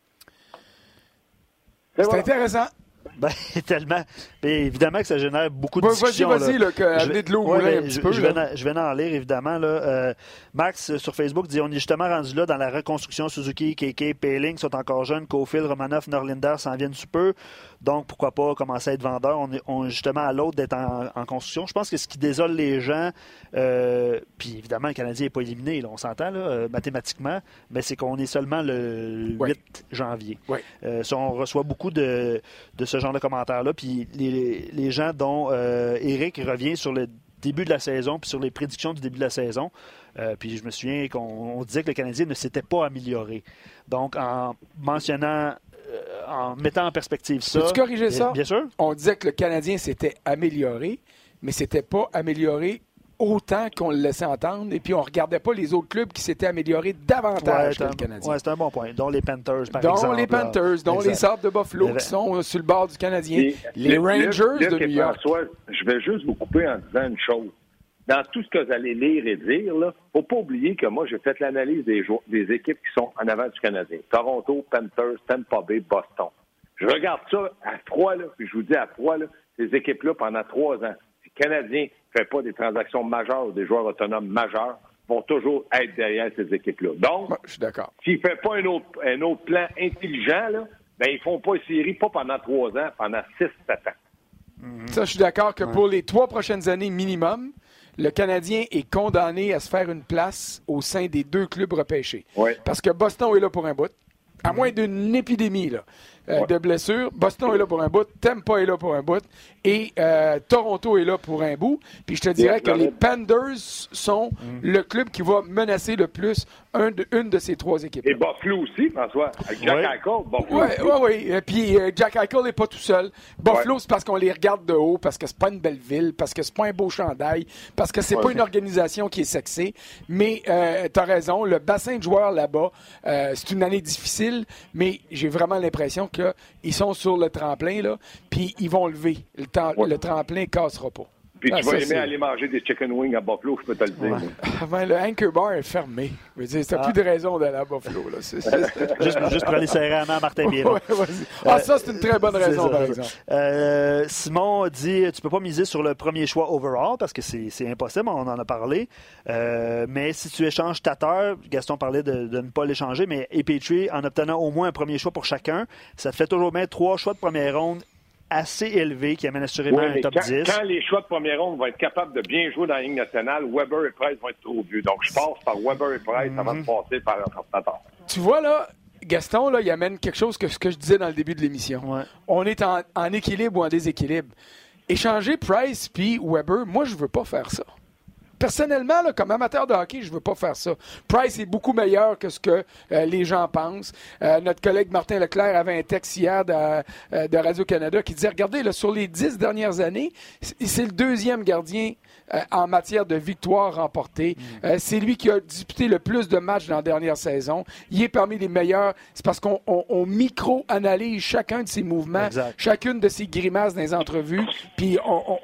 C'est intéressant. Ben, tellement. Mais évidemment que ça génère beaucoup de discussions. Vas-y, amenez de l'eau au moulin un petit peu. Je vais en lire, évidemment. Là. Max, sur Facebook, dit « On est justement rendu là dans la reconstruction. Suzuki, KK, Payling sont encore jeunes. Caulfield, Romanov, Norlinder s'en viennent sous peu. Donc, pourquoi pas commencer à être vendeur? On est justement à l'autre d'être en construction. Je pense que ce qui désole les gens, puis évidemment, le Canadien n'est pas éliminé, là, on s'entend là, mathématiquement, mais c'est qu'on est seulement le 8 janvier. Si on reçoit beaucoup de ce genre de commentaires-là, puis les gens dont Éric revient sur le début de la saison, puis sur les prédictions du début de la saison, puis je me souviens qu'on disait que le Canadien ne s'était pas amélioré. Donc, en mentionnant, en mettant en perspective ça... Peux-tu corriger ça? Bien sûr. On disait que le Canadien s'était amélioré, mais c'était pas amélioré autant qu'on le laissait entendre, et puis on ne regardait pas les autres clubs qui s'étaient améliorés davantage que le Canadien. Oui, c'est un bon point. Dont les Panthers, par exemple. Dont les Panthers, dont les Sabres de Buffalo qui sont sur le bord du Canadien. Les Rangers de New York. François, je vais juste vous couper en disant une chose. Dans tout ce que vous allez lire et dire, il ne faut pas oublier que moi, j'ai fait l'analyse des équipes qui sont en avant du Canadien. Toronto, Panthers, Tampa Bay, Boston. Je regarde ça à froid, là, puis je vous dis à froid, là, ces équipes-là pendant 3 ans. Si le Canadien ne fait pas des transactions majeures ou des joueurs autonomes majeurs, vont toujours être derrière ces équipes-là. Donc, Ouais, je suis d'accord. s'il ne fait pas un autre plan intelligent, là, ben ils ne font pas une série, pas pendant 3 ans, pendant 6-7 ans. Ça, je suis d'accord que pour les 3 prochaines années minimum, le Canadien est condamné à se faire une place au sein des 2 clubs repêchés. Ouais. Parce que Boston est là pour un bout. À moins d'une épidémie là, de blessures, Boston est là pour un bout, Tampa est là pour un bout, et Toronto est là pour un bout. Puis je te dirais que les Panthers sont le club qui va menacer le plus une de ces 3 équipes. Et Buffalo aussi, François. Avec Jack Eichel, Buffalo aussi. Oui. Puis Jack Eichel n'est pas tout seul. Buffalo, c'est parce qu'on les regarde de haut, parce que c'est pas une belle ville, parce que c'est pas un beau chandail, parce que c'est pas une organisation qui est sexée. Mais t'as raison, le bassin de joueurs là-bas, c'est une année difficile, mais j'ai vraiment l'impression qu'ils sont sur le tremplin, là, puis ils vont lever. Le tremplin ne cassera pas. Puis tu vas aimer aller manger des chicken wings à Buffalo, je peux te le dire. Ouais. Le Anchor Bar est fermé. Je veux dire, t'as plus de raison d'aller à Buffalo. Là. juste pour aller serrer la main à Martin Biron. Ça, c'est une très bonne raison, par exemple. Simon dit tu peux pas miser sur le premier choix overall parce que c'est impossible, on en a parlé. Mais si tu échanges Tatar, Gaston parlait de ne pas l'échanger, mais Petrie, en obtenant au moins un premier choix pour chacun, ça te fait toujours bien 3 choix de première ronde assez élevé qui amène assurément un top 10. Quand les choix de première ronde vont être capables de bien jouer dans la Ligue nationale, Weber et Price vont être trop vieux. Donc, je passe par Weber et Price avant de passer par Tatar. Tu vois, là, Gaston, là, il amène quelque chose que ce que je disais dans le début de l'émission. Ouais. On est en équilibre ou en déséquilibre. Échanger Price puis Weber, moi, je veux pas faire ça. Personnellement, là, comme amateur de hockey, je ne veux pas faire ça. Price est beaucoup meilleur que ce que les gens pensent. Notre collègue Martin Leclerc avait un texte hier de Radio-Canada qui disait, regardez, là, sur les 10 dernières années, c'est le 2e gardien en matière de victoires remportées. C'est lui qui a disputé le plus de matchs dans la dernière saison. Il est parmi les meilleurs. C'est parce qu'on micro-analyse chacun de ses mouvements, chacune de ses grimaces dans les entrevues, puis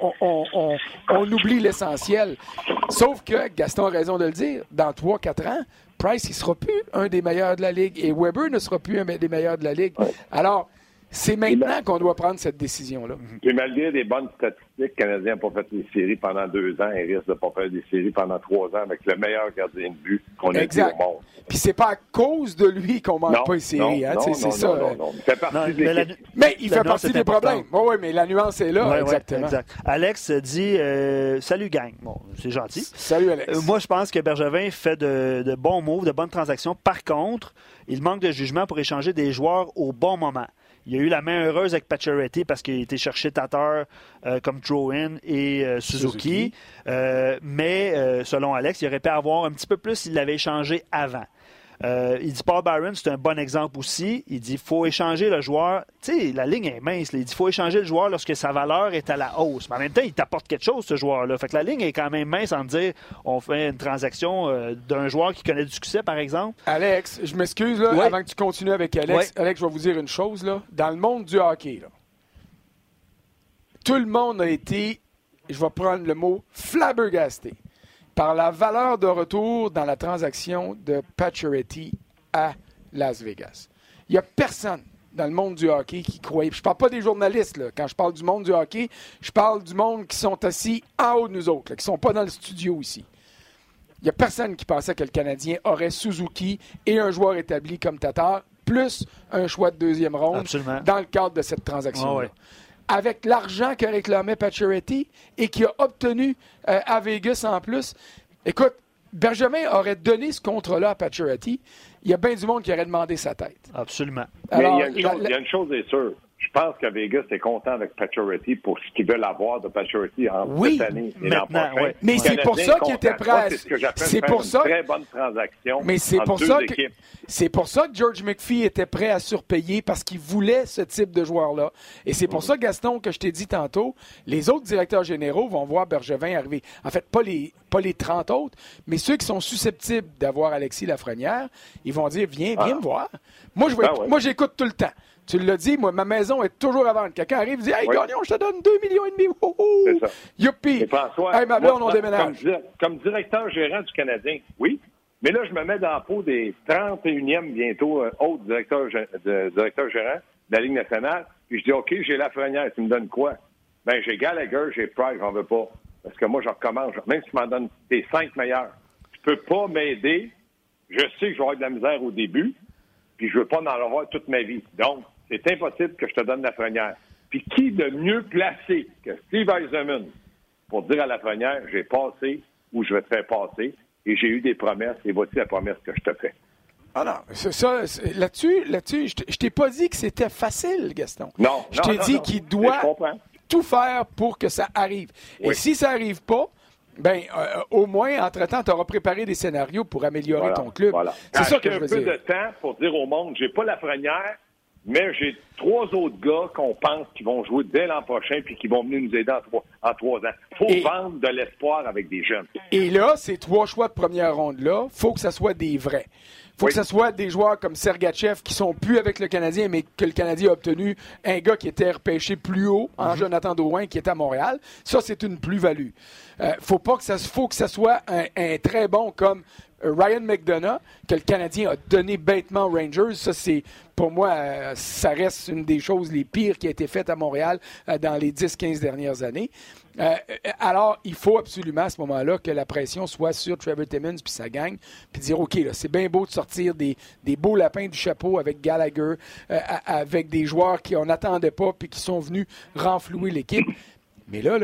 on oublie l'essentiel. Sauf que, Gaston a raison de le dire, dans 3-4 ans, Price, il ne sera plus un des meilleurs de la Ligue et Weber ne sera plus un des meilleurs de la Ligue. Alors, c'est maintenant qu'on doit prendre cette décision-là. Et malgré des bonnes statistiques, le Canadien n'a pas fait des séries pendant 2 ans. Il risque de ne pas faire des séries pendant 3 ans avec le meilleur gardien de but qu'on ait vu au monde. Puis c'est pas à cause de lui qu'on ne manque pas les séries. C'est ça. Non. Il fait partie mais il fait partie des problèmes. Oui, mais la nuance est là. Exactement. Exact. Alex dit salut gang. Bon, c'est gentil. Salut Alex. Moi, je pense que Bergevin fait de bons moves, de bonnes transactions. Par contre, il manque de jugement pour échanger des joueurs au bon moment. Il a eu la main heureuse avec Pacioretty parce qu'il a été chercher Tatar comme throw-in et Suzuki. Mais selon Alex, il aurait pu avoir un petit peu plus s'il l'avait échangé avant. Il dit Paul Byron, c'est un bon exemple aussi. Il dit faut échanger le joueur. Tu sais, la ligne est mince. Il dit faut échanger le joueur lorsque sa valeur est à la hausse. Mais en même temps, il t'apporte quelque chose, ce joueur-là. Fait que la ligne est quand même mince en dire on fait une transaction d'un joueur qui connaît du succès, par exemple. Alex, je m'excuse là, avant que tu continues avec Alex. Alex, je vais vous dire une chose. Là. Dans le monde du hockey, là, tout le monde a été, je vais prendre le mot, flabbergasté par la valeur de retour dans la transaction de Pacioretty à Las Vegas. Il n'y a personne dans le monde du hockey qui croyait. Je ne parle pas des journalistes. Là. Quand je parle du monde du hockey, je parle du monde qui sont assis en haut de nous autres, là, qui ne sont pas dans le studio ici. Il n'y a personne qui pensait que le Canadien aurait Suzuki et un joueur établi comme Tatar, plus un choix de 2e ronde dans le cadre de cette transaction-là. Avec l'argent que réclamait Pacioretty et qu'il a obtenu à Vegas en plus. Écoute, Bergevin aurait donné ce contrat-là à Pacioretty. Il y a bien du monde qui aurait demandé sa tête. Absolument. Alors, il y a une chose est sûre. Je pense que Vegas est content avec Pacioretty pour ce qu'ils veulent avoir de Pacioretty en cette année et l'an prochain. Oui. Mais c'est pour ça qu'il était prêt à... C'est ce que j'appelle une très bonne transaction. Mais c'est pour ça que c'est pour ça que George McPhee était prêt à surpayer parce qu'il voulait ce type de joueur-là. Et c'est pour ça, Gaston, que je t'ai dit tantôt, les autres directeurs généraux vont voir Bergevin arriver. En fait, pas les 30 autres, mais ceux qui sont susceptibles d'avoir Alexis Lafrenière, ils vont dire viens me voir. Moi, j'écoute tout le temps. Tu l'as dit, moi, ma maison est toujours à vendre. Quelqu'un arrive et dit « Hey, Gagnon, je te donne 2,5 millions. C'est ça. Youpi! François, ma blonde, on déménage. » Comme directeur gérant du Canadien, oui. Mais là, je me mets dans la peau des 31e bientôt autres directeurs gérants de la Ligue nationale. Puis je dis « OK, j'ai Lafrenière, tu me donnes quoi? » Ben, j'ai Gallagher, j'ai Price, j'en veux pas. Parce que moi, je recommence. Même si tu m'en donnes tes 5 meilleurs, tu peux pas m'aider. Je sais que je vais avoir de la misère au début, puis je veux pas en avoir toute ma vie. Donc, c'est impossible que je te donne Lafrenière. Puis qui de mieux placé que Steve Yzerman pour dire à Lafrenière, j'ai passé ou je vais te faire passer, et j'ai eu des promesses, et voici la promesse que je te fais. Ah non, là-dessus, je t'ai pas dit que c'était facile, Gaston. Non, je t'ai dit qu'il doit tout faire pour que ça arrive. Oui. Et si ça n'arrive pas, ben au moins, entre-temps, tu auras préparé des scénarios pour améliorer ton club. Voilà. C'est ça que je veux dire. J'ai un peu de temps pour dire au monde, j'ai pas Lafrenière, mais j'ai 3 autres gars qu'on pense qui vont jouer dès l'an prochain puis qui vont venir nous aider en 3 ans. Il faut vendre de l'espoir avec des jeunes. Et là, ces 3 choix de première ronde-là, il faut que ça soit des vrais. Il faut que ce soit des joueurs comme Sergachev qui sont plus avec le Canadien, mais que le Canadien a obtenu un gars qui était repêché plus haut, en Jonathan Drouin, qui est à Montréal. Ça, c'est une plus-value. Faut que ça soit un très bon comme Ryan McDonough, que le Canadien a donné bêtement aux Rangers. Ça, c'est, pour moi, ça reste une des choses les pires qui a été faites à Montréal dans les 10-15 dernières années. Alors, il faut absolument à ce moment-là que la pression soit sur Trevor Timmins puis sa gang, puis dire, OK, là, c'est bien beau de sortir des beaux lapins du chapeau avec Gallagher, avec des joueurs qu'on n'attendait pas puis qui sont venus renflouer l'équipe. Mais là,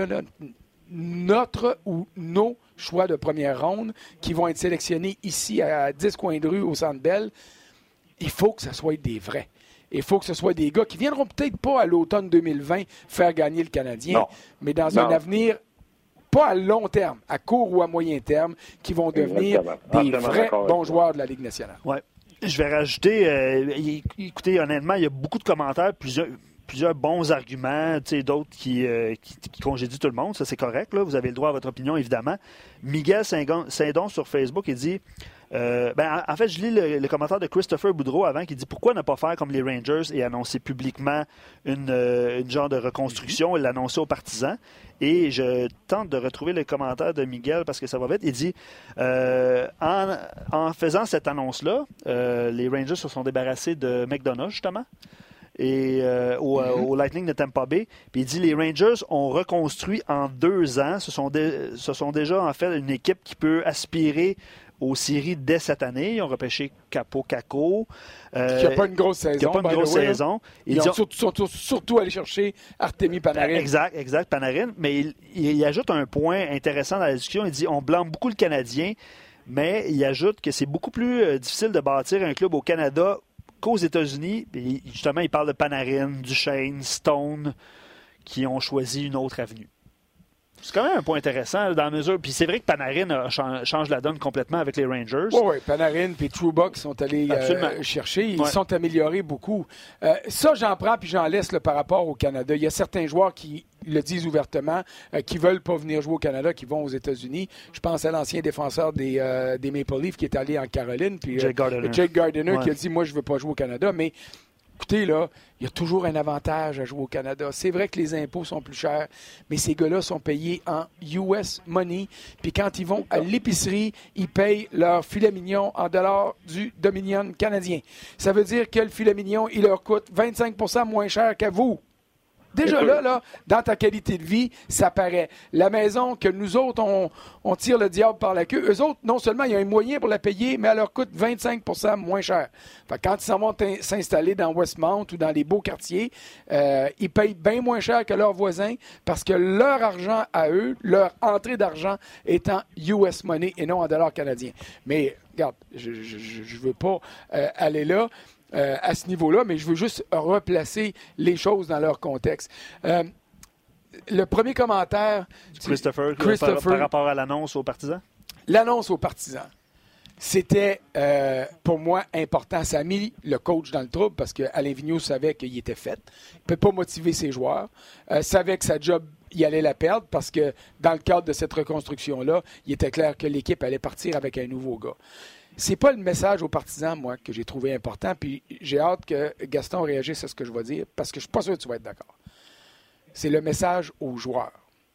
notre ou nos choix de première ronde qui vont être sélectionnés ici à 10 coins de rue au Centre Bell, il faut que ce soit des vrais. Il faut que ce soit des gars qui viendront peut-être pas à l'automne 2020 faire gagner le Canadien, mais dans un avenir pas à long terme, à court ou à moyen terme, qui vont devenir des vrais bons joueurs de la Ligue nationale. Ouais. Je vais rajouter, écoutez, honnêtement, il y a beaucoup de commentaires, plusieurs bons arguments, d'autres qui congédient tout le monde. Ça, c'est correct. Là. Vous avez le droit à votre opinion, évidemment. Miguel Saint-Don sur Facebook, il dit... en fait, je lis le commentaire de Christopher Boudreau avant qui dit « Pourquoi ne pas faire comme les Rangers et annoncer publiquement une genre de reconstruction et l'annoncer aux partisans? » Et je tente de retrouver le commentaire de Miguel parce que ça va vite. Il dit en faisant cette annonce-là, les Rangers se sont débarrassés de McDonough, justement, et au Lightning de Tampa Bay. Puis il dit les Rangers ont reconstruit en 2 ans. Ce sont déjà en fait une équipe qui peut aspirer aux séries dès cette année. Ils ont repêché Capo. Qui n'a pas une grosse saison. Ils sont surtout allés chercher Artemi Panarin. Exact, Panarin. Mais il ajoute un point intéressant dans la discussion. Il dit on blâme beaucoup le Canadien, mais il ajoute que c'est beaucoup plus difficile de bâtir un club au Canada qu'aux États-Unis. Et justement, il parle de Panarin, Duchesne, Stone, qui ont choisi une autre avenue. C'est quand même un point intéressant dans la mesure. Puis c'est vrai que Panarin change la donne complètement avec les Rangers. Oui, Panarin et Trouba qui sont allés chercher. Ils sont améliorés beaucoup. Ça, j'en prends puis j'en laisse par rapport au Canada. Il y a certains joueurs qui le disent ouvertement, qui ne veulent pas venir jouer au Canada, qui vont aux États-Unis. Je pense à l'ancien défenseur des Maple Leafs qui est allé en Caroline. Puis Jake Gardiner qui a dit « Moi, je ne veux pas jouer au Canada. » Mais écoutez, là, il y a toujours un avantage à jouer au Canada. C'est vrai que les impôts sont plus chers, mais ces gars-là sont payés en US money. Puis quand ils vont à l'épicerie, ils payent leur filet mignon en dollars du Dominion canadien. Ça veut dire que le filet mignon, il leur coûte 25% moins cher qu'à vous. Déjà là, dans ta qualité de vie, ça paraît. La maison que nous autres, on tire le diable par la queue, eux autres, non seulement il y a un moyen pour la payer, mais elle leur coûte 25% moins cher. Fait que quand ils s'en vont s'installer dans Westmount ou dans les beaux quartiers, ils payent bien moins cher que leurs voisins parce que leur argent à eux, leur entrée d'argent est en US money et non en dollars canadiens. Mais regarde, je veux pas aller là. À ce niveau-là, mais je veux juste replacer les choses dans leur contexte. Le premier commentaire... Christopher par rapport à l'annonce aux partisans? L'annonce aux partisans. C'était, pour moi, important. Ça a mis le coach dans le trouble parce qu'Alain Vigneault savait qu'il était fait. Il ne peut pas motiver ses joueurs. Savait que sa job, il allait la perdre parce que dans le cadre de cette reconstruction-là, il était clair que l'équipe allait partir avec un nouveau gars. C'est pas le message aux partisans, moi, que j'ai trouvé important, puis j'ai hâte que Gaston réagisse à ce que je vais dire, parce que je suis pas sûr que tu vas être d'accord. C'est le message aux joueurs.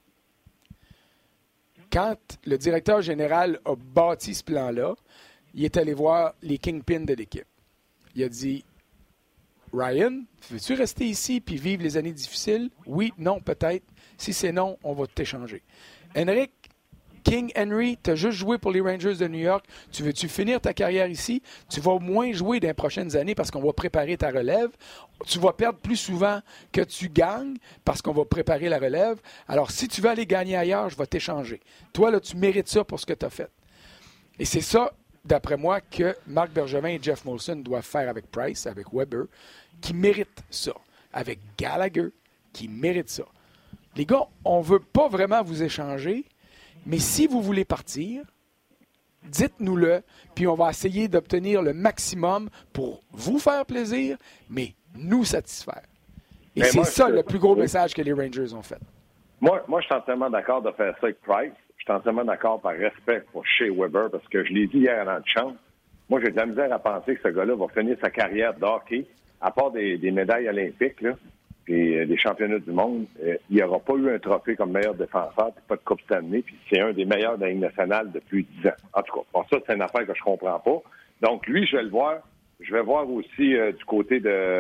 Quand le directeur général a bâti ce plan-là, il est allé voir les kingpins de l'équipe. Il a dit, Ryan, veux-tu rester ici puis vivre les années difficiles? Oui, non, peut-être. Si c'est non, on va t'échanger. Henrik, King Henry, tu as juste joué pour les Rangers de New York. Tu veux-tu finir ta carrière ici? Tu vas moins jouer dans les prochaines années parce qu'on va préparer ta relève. Tu vas perdre plus souvent que tu gagnes parce qu'on va préparer la relève. Alors, si tu veux aller gagner ailleurs, je vais t'échanger. Toi, là, tu mérites ça pour ce que tu as fait. Et c'est ça, d'après moi, que Marc Bergevin et Jeff Molson doivent faire avec Price, avec Weber, qui méritent ça. Avec Gallagher, qui mérite ça. Les gars, on ne veut pas vraiment vous échanger. Mais si vous voulez partir, dites-nous-le, puis on va essayer d'obtenir le maximum pour vous faire plaisir, mais nous satisfaire. Et c'est ça le plus gros message que les Rangers ont fait. Moi, je suis entièrement d'accord de faire ça avec Price. Je suis entièrement d'accord par respect pour Shea Weber, parce que je l'ai dit hier dans le champ. Moi, j'ai de la misère à penser que ce gars-là va finir sa carrière de hockey, à part des médailles olympiques, là, et des championnats du monde, il n'y aura pas eu un trophée comme meilleur défenseur, puis pas de Coupe Stanley, puis c'est un des meilleurs de la Ligue nationale depuis 10 ans. En tout cas, bon, ça, c'est une affaire que je comprends pas. Donc, lui, je vais le voir. Je vais voir aussi du côté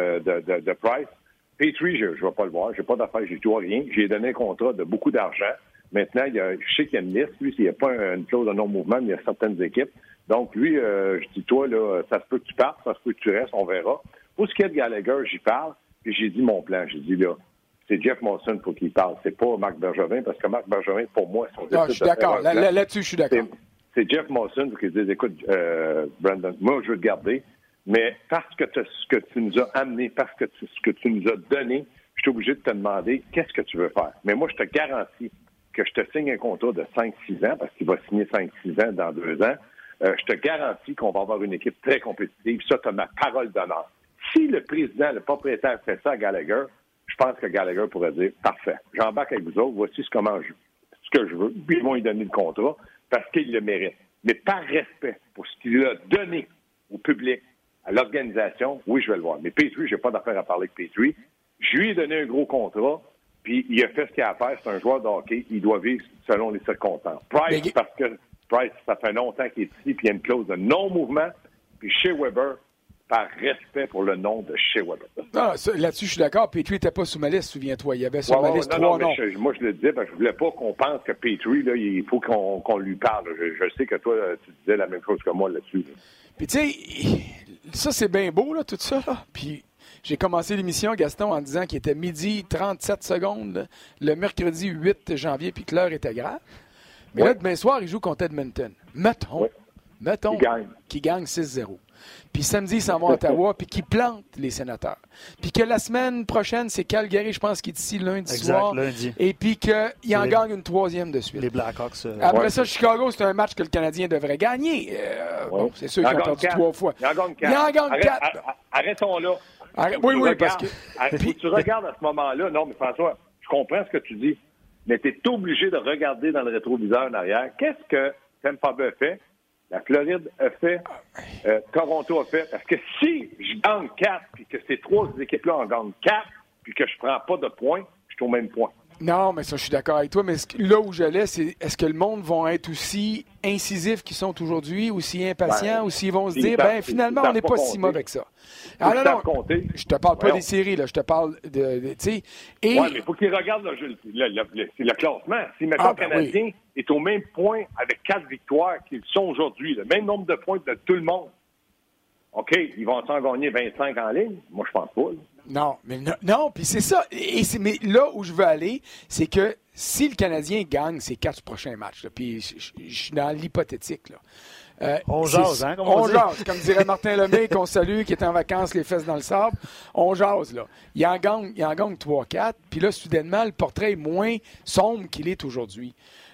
de Price. Petrie, je ne vais pas le voir. J'ai pas d'affaire, j'ai tout rien. J'ai donné un contrat de beaucoup d'argent. Maintenant, je sais qu'il y a une liste. Lui, s'il n'y a pas une clause de non-mouvement, mais il y a certaines équipes. Donc, lui, je dis, toi, là, ça se peut que tu partes, ça se peut que tu restes, on verra. Pour ce qui est de Gallagher, j'y parle. Puis j'ai dit mon plan. J'ai dit, là, c'est Jeff Molson qu'il faut qu'il parle. C'est pas Marc Bergevin, parce que Marc Bergevin, pour moi, je suis d'accord. Là-dessus, je suis d'accord. C'est Jeff Molson qui dit, écoute, Brandon, moi, je veux te garder, mais parce que ce que tu nous as amené, parce que ce que tu nous as donné, je suis obligé de te demander qu'est-ce que tu veux faire. Mais moi, je te garantis que je te signe un contrat de 5-6 ans, parce qu'il va signer 5-6 ans dans 2 ans. Je te garantis qu'on va avoir une équipe très compétitive. Ça, tu as ma parole d'honneur. Si le président, le propriétaire fait ça à Gallagher, je pense que Gallagher pourrait dire « Parfait, j'embarque avec vous autres, voici ce que je veux. » Puis ils vont lui donner le contrat parce qu'il le mérite. Mais par respect pour ce qu'il a donné au public, à l'organisation, oui, je vais le voir. Mais Petrie, je n'ai pas d'affaire à parler avec Petrie. Je lui ai donné un gros contrat, puis il a fait ce qu'il a à faire. C'est un joueur de hockey. Il doit vivre selon les circonstances. Price, parce que Price, ça fait longtemps qu'il est ici, puis il y a une clause de non-mouvement. Puis chez Weber, par respect pour le nom de Shea Weber. Non, là-dessus, je suis d'accord. Petrie n'était pas sous ma liste, souviens-toi. Il y avait sur ma liste 3 noms. Moi, je le disais parce que je voulais pas qu'on pense que Petrie, là, il faut qu'on lui parle. Je sais que toi, tu disais la même chose que moi là-dessus. Puis, tu sais, ça, c'est bien beau, là, tout ça. Là. Puis, j'ai commencé l'émission, Gaston, en disant qu'il était 12h37 le mercredi 8 janvier, puis que l'heure était grave. Mais là, demain soir, il joue contre Edmonton. Mettons qu'il gagne 6-0. Puis samedi, ils s'en vont à Ottawa, puis qu'ils plantent les Sénateurs. Puis que la semaine prochaine, c'est Calgary, je pense, qui est ici lundi soir. Lundi. Et puis qu'il en gagne une 3e de suite. Les Blackhawks. Après ça, Chicago, c'est un match que le Canadien devrait gagner. Bon, c'est sûr qu'ils ont perdu 3 fois. Il en gagne 4. Arrêtons là. Oui, parce que... Puis tu regardes à ce moment-là. Non, mais François, je comprends ce que tu dis, mais tu es obligé de regarder dans le rétroviseur en arrière. Qu'est-ce que Tampa Bay fait? La Floride a fait, Toronto a fait. Parce que si je gagne 4, puis que ces 3 équipes-là en gagnent 4, puis que je prends pas de points, je suis au même point. Non, mais ça, je suis d'accord avec toi. Mais là où j'allais, c'est est-ce que le monde va être aussi incisifs qu'ils sont aujourd'hui, aussi impatients, ou s'ils vont se dire, finalement, on n'est pas si mauvais que ça. Alors, non, je te parle pas des séries, là. Je te parle de tu sais. Oui, mais il faut qu'ils regardent le classement. Si, mettons, le Canadien est au même point avec 4 victoires qu'ils sont aujourd'hui, le même nombre de points de tout le monde, OK, ils vont s'en gagner 25 en ligne? Moi, je pense pas, là. Non, puis c'est ça. Mais là où je veux aller, c'est que si le Canadien gagne ses 4 prochains matchs, là, puis je suis dans l'hypothétique, là. On jase, hein? On jase, comme dirait Martin Lemay, qu'on salue, qui est en vacances, les fesses dans le sable. On jase, là. Il en gagne 3-4, puis là, soudainement, le portrait est moins sombre qu'il est aujourd'hui.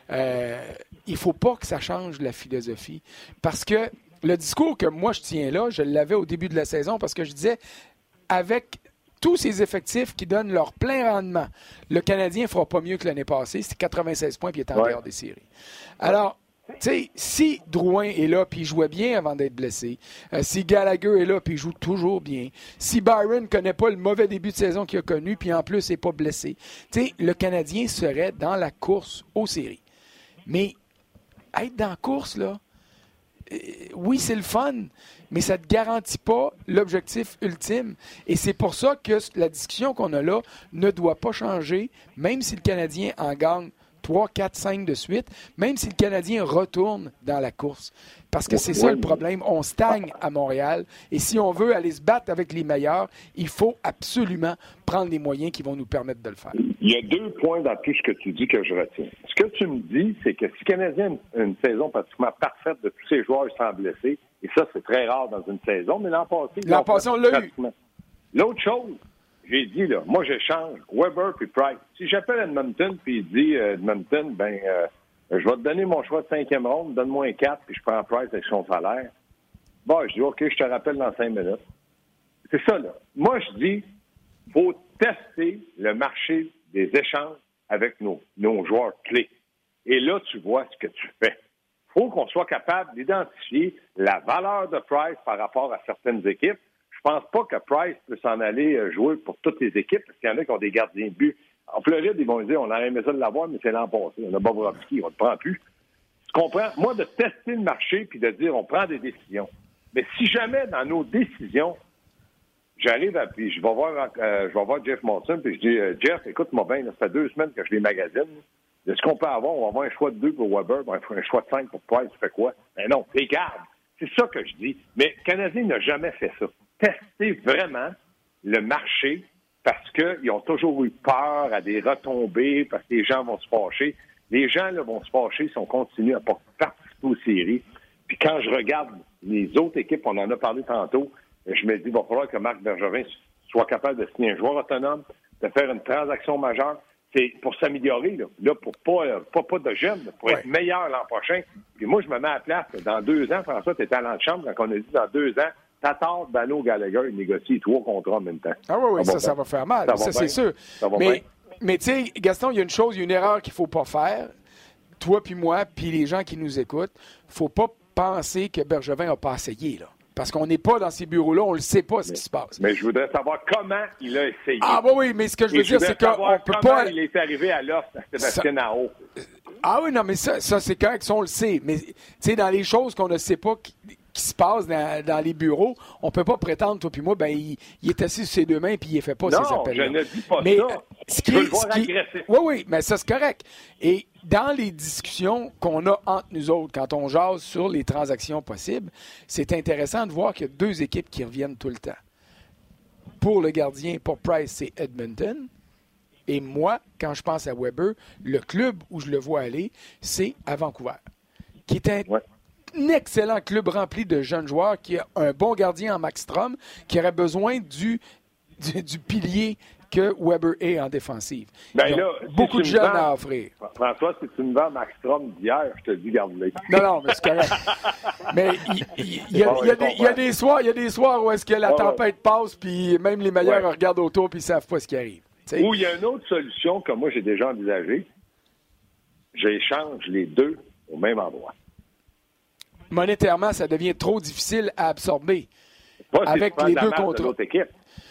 Il faut pas que ça change la philosophie. Parce que le discours que moi, je tiens là, je l'avais au début de la saison, parce que je disais, avec tous ces effectifs qui donnent leur plein rendement, le Canadien ne fera pas mieux que l'année passée. C'était 96 points, puis il est en dehors des séries. Alors, tu sais, si Drouin est là, puis il jouait bien avant d'être blessé, si Gallagher est là, puis il joue toujours bien, si Byron ne connaît pas le mauvais début de saison qu'il a connu, puis en plus n'est pas blessé, tu sais, le Canadien serait dans la course aux séries. Mais être dans la course, là, oui, c'est le fun, mais ça ne te garantit pas l'objectif ultime. Et c'est pour ça que la discussion qu'on a là ne doit pas changer, même si le Canadien en gagne 3, 4, 5 de suite, même si le Canadien retourne dans la course. Parce que c'est ça le problème. On stagne à Montréal. Et si on veut aller se battre avec les meilleurs, il faut absolument prendre les moyens qui vont nous permettre de le faire. Il y a 2 points dans tout ce que tu dis que je retiens. Ce que tu me dis, c'est que si le Canadien a une saison pratiquement parfaite de tous ses joueurs sans blesser, et ça, c'est très rare dans une saison, mais l'an passé, on l'a eu. L'autre chose, j'ai dit, là, moi, j'échange Weber puis Price. Si j'appelle Edmonton puis il dit, Edmonton, je vais te donner mon choix de 5e ronde, donne-moi un 4 puis je prends Price avec son salaire. Bon, je dis, OK, je te rappelle dans 5 minutes. C'est ça, là. Moi, je dis, faut tester le marché des échanges avec nos joueurs clés. Et là, tu vois ce que tu fais. Il faut qu'on soit capable d'identifier la valeur de Price par rapport à certaines équipes. Je pense pas que Price peut s'en aller jouer pour toutes les équipes, parce qu'il y en a qui ont des gardiens de but. En Floride, ils vont dire, on aurait aimé ça de l'avoir, mais c'est l'an passé. On a Bobrovski, on ne le prend plus. Tu comprends? Moi, de tester le marché puis de dire, on prend des décisions. Mais si jamais, dans nos décisions, j'arrive puis je vais voir Jeff Monson, puis je dis, Jeff, écoute-moi bien, ça fait 2 semaines que je les magasine. Est-ce qu'on peut avoir? On va avoir un choix de 2 pour Weber, un choix de 5 pour Price, tu fais quoi? Ben non, t'es garde. C'est ça que je dis. Mais le Canadien n'a jamais fait ça. Tester vraiment le marché parce qu'ils ont toujours eu peur à des retombées, parce que les gens vont se fâcher. Les gens là, vont se fâcher si on continue à participer aux séries. Puis quand je regarde les autres équipes, on en a parlé tantôt, je me dis, il va falloir que Marc Bergevin soit capable de signer un joueur autonome, de faire une transaction majeure. C'est pour s'améliorer, là pour pas de jeunes, pour être meilleur l'an prochain. Puis moi, je me mets à la place. Dans 2 ans, François, tu étais à l'antichambre quand on a dit dans 2 ans, Tatar, Dano, Gallagher, ils négocient 3 contrats en même temps. Ah oui, ça va faire mal. Ça c'est sûr. Mais tu sais, Gaston, il y a une chose, il y a une erreur qu'il ne faut pas faire. Toi puis moi, puis les gens qui nous écoutent, il ne faut pas penser que Bergevin n'a pas essayé, là. Parce qu'on n'est pas dans ces bureaux-là, on ne le sait pas ce qui se passe. Mais je voudrais savoir comment il a essayé. Ah oui, mais ce que je veux dire, c'est qu'on ne peut pas... il est arrivé à l'offre à Sébastien Nao. Ah oui, non, mais ça c'est correct, ça, on le sait. Mais tu sais, dans les choses qu'on ne sait pas qui se passent dans les bureaux, on ne peut pas prétendre, toi puis moi, il est assis sur ses 2 mains puis il ne fait pas ses appels. Non, je ne dis pas ça. Je veux le voir agressif. Oui, mais ça, c'est correct. Et dans les discussions qu'on a entre nous autres, quand on jase sur les transactions possibles, c'est intéressant de voir qu'il y a 2 équipes qui reviennent tout le temps. Pour le gardien, pour Price, c'est Edmonton. Et moi, quand je pense à Weber, le club où je le vois aller, c'est à Vancouver, qui est un excellent club rempli de jeunes joueurs, qui a un bon gardien en Max Strom, qui aurait besoin du pilier que Weber est en défensive. Beaucoup de jeunes à offrir. François, si tu me vends Max Strom d'hier, je te dis garde-le. Non, mais c'est correct. Mais il y a des soirs où est-ce que la tempête passe, puis même les meilleurs regardent autour puis ils savent pas ce qui arrive. T'sais. Ou il y a une autre solution que moi j'ai déjà envisagée. J'échange les 2 au même endroit. Monétairement, ça devient trop difficile à absorber. Avec les 2 contre l'autre équipe.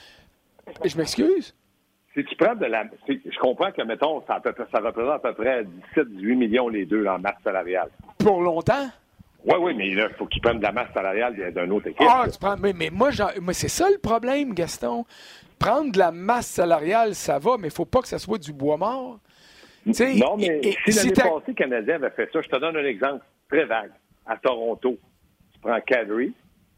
Je m'excuse? Si tu prends je comprends que, mettons, ça représente à peu près 17-18 millions les 2 en masse salariale. Pour longtemps? Oui, mais il faut qu'ils prennent de la masse salariale d'une autre équipe. Mais moi, c'est ça le problème, Gaston. Prendre de la masse salariale, ça va, mais il ne faut pas que ça soit du bois mort. Non, mais si l'année passée, le Canadien avait fait ça, je te donne un exemple très vague. À Toronto, tu prends Kadri,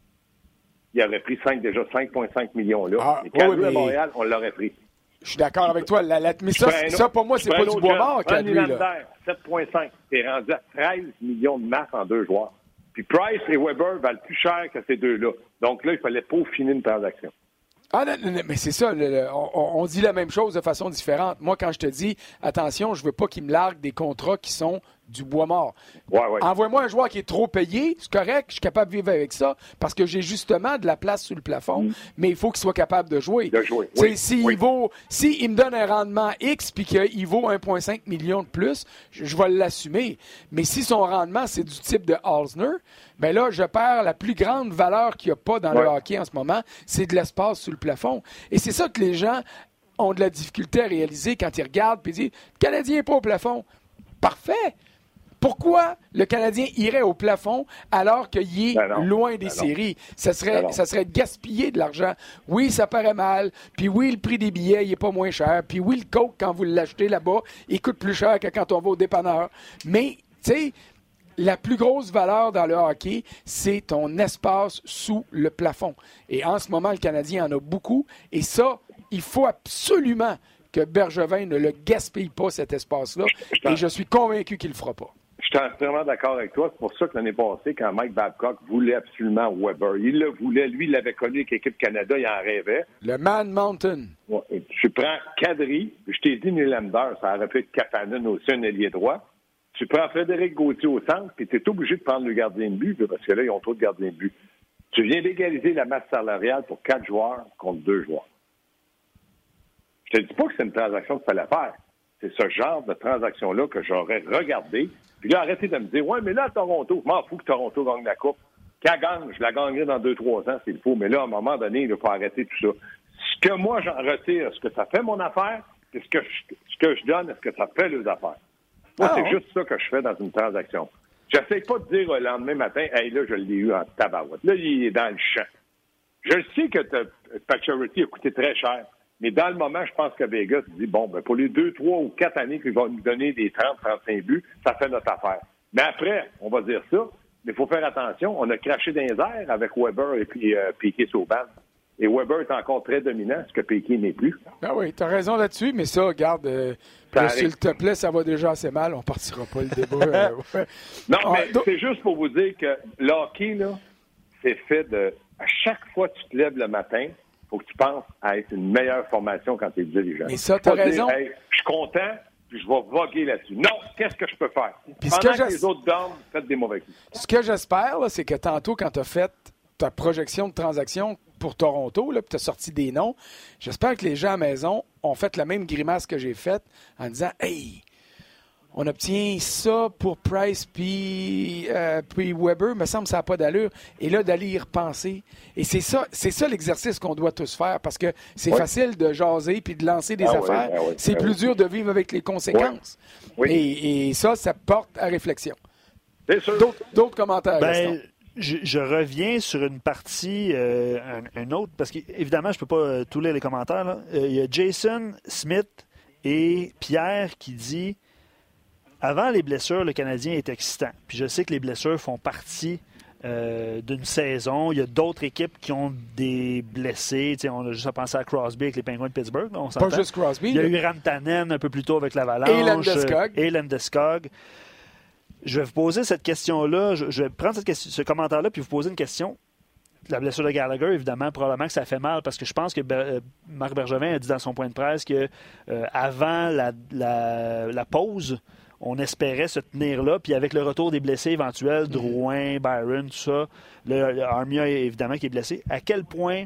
il aurait pris 5,5 millions là. Et Kadri à Montréal, on l'aurait pris. Je suis d'accord avec toi. Mais ça, pour moi, c'est pas du bois mort, Kadri. 7,5. T'es rendu à 13 millions de masse en 2 joueurs. Puis Price et Weber valent plus cher que ces 2-là. Donc là, il fallait peaufiner une transaction. Ah non, mais c'est ça, on dit la même chose de façon différente. Moi, quand je te dis, attention, je veux pas qu'ils me larguent des contrats qui sont du bois mort. Ouais. Envoie-moi un joueur qui est trop payé, c'est correct, je suis capable de vivre avec ça, parce que j'ai justement de la place sur le plafond, mais il faut qu'il soit capable de jouer. S'il me donne un rendement X, puis qu'il vaut 1,5 million de plus, je vais l'assumer. Mais si son rendement, c'est du type de Halsner, bien là, je perds la plus grande valeur qu'il n'y a pas dans le hockey en ce moment, c'est de l'espace sur le plafond. Et c'est ça que les gens ont de la difficulté à réaliser quand ils regardent et disent « Le Canadien n'est pas au plafond. » Parfait! Pourquoi le Canadien irait au plafond alors qu'il est loin des séries? Ça serait gaspiller de l'argent. Oui, ça paraît mal. Puis oui, le prix des billets, il n'est pas moins cher. Puis oui, le Coke, quand vous l'achetez là-bas, il coûte plus cher que quand on va au dépanneur. Mais, tu sais, la plus grosse valeur dans le hockey, c'est ton espace sous le plafond. Et en ce moment, le Canadien en a beaucoup. Et ça, il faut absolument que Bergevin ne le gaspille pas, cet espace-là. Et je suis convaincu qu'il ne le fera pas. Je suis entièrement d'accord avec toi. C'est pour ça que l'année passée, quand Mike Babcock voulait absolument Weber, il le voulait. Lui, il l'avait connu avec l'équipe Canada, il en rêvait. Le Man Mountain. Ouais, tu prends Kadri, je t'ai dit Nylander, ça aurait pu être Kapanen aussi, un ailier droit. Tu prends Frédéric Gauthier au centre, puis tu es obligé de prendre le gardien de but, parce que là, ils ont trop de gardiens de but. Tu viens d'égaliser la masse salariale pour 4 joueurs contre 2 joueurs. Je te dis pas que c'est une transaction qu'il fallait faire. C'est ce genre de transaction-là que j'aurais regardé. Puis là, arrêtez de me dire, ouais, mais là, à Toronto, je m'en fous que Toronto gagne la Coupe. Qu'elle gagne, je la gagnerai dans 2-3 ans, s'il faut. Mais là, à un moment donné, il faut arrêter tout ça. Ce que moi, j'en retire, est-ce que ça fait mon affaire? C'est ce que je donne, est-ce que ça fait les affaires? Moi, c'est juste ça que je fais dans une transaction. J'essaie pas de dire le lendemain matin, hey, là, je l'ai eu en tabarouette. Là, il est dans le champ. Je le sais que Pacioretty a coûté très cher. Mais dans le moment, je pense que Vegas dit, bon, ben pour les 2, 3 ou 4 années qu'il va nous donner des 30-35 buts, ça fait notre affaire. Mais après, on va dire ça, mais il faut faire attention. On a craché dans les airs avec Weber et puis Piquet-Sauban. Et Weber est encore très dominant, ce que Piquet n'est plus. Ah oui, tu as raison là-dessus, mais ça, regarde, s'il te plaît, ça va déjà assez mal, on partira pas le débat. Ouais. Non, mais c'est juste pour vous dire que le hockey, là, c'est fait de... À chaque fois que tu te lèves le matin, il faut que tu penses à être une meilleure formation quand tu es dirigeant. Mais ça, tu as raison. Dire, hey, je suis content, puis je vais voguer là-dessus. Non, qu'est-ce que je peux faire? Puis pendant que les autres dorment, faites des mauvais coups. Ce que j'espère, là, c'est que tantôt, quand tu as fait ta projection de transaction pour Toronto, puis tu as sorti des noms, j'espère que les gens à la maison ont fait la même grimace que j'ai faite en disant « Hey, on obtient ça pour Price puis Weber, me semble que ça n'a pas d'allure. » Et là, d'aller y repenser. Et c'est ça l'exercice qu'on doit tous faire, parce que c'est facile de jaser puis de lancer des affaires. C'est plus dur de vivre avec les conséquences. Et ça porte à réflexion. C'est sûr. D'autres commentaires, Gaston? Je reviens sur une partie, un autre, parce qu'évidemment, je ne peux pas tout lire les commentaires. Là. Il y a Jason Smith et Pierre qui dit « Avant les blessures, le Canadien est excitant. » Puis je sais que les blessures font partie d'une saison. Il y a d'autres équipes qui ont des blessés. T'sais, on a juste à penser à Crosby avec les Penguins de Pittsburgh. Là, on s'entend. Pas juste Crosby. Il y a eu Rantanen un peu plus tôt avec l'Avalanche. Et Landeskog. Je vais vous poser cette question-là. Je vais prendre ce commentaire-là puis vous poser une question. La blessure de Gallagher, évidemment, probablement que ça fait mal parce que je pense que Marc Bergevin a dit dans son point de presse que avant la pause, on espérait se tenir là. Puis avec le retour des blessés éventuels, Drouin, Byron, tout ça, Armia, évidemment, qui est blessé, à quel point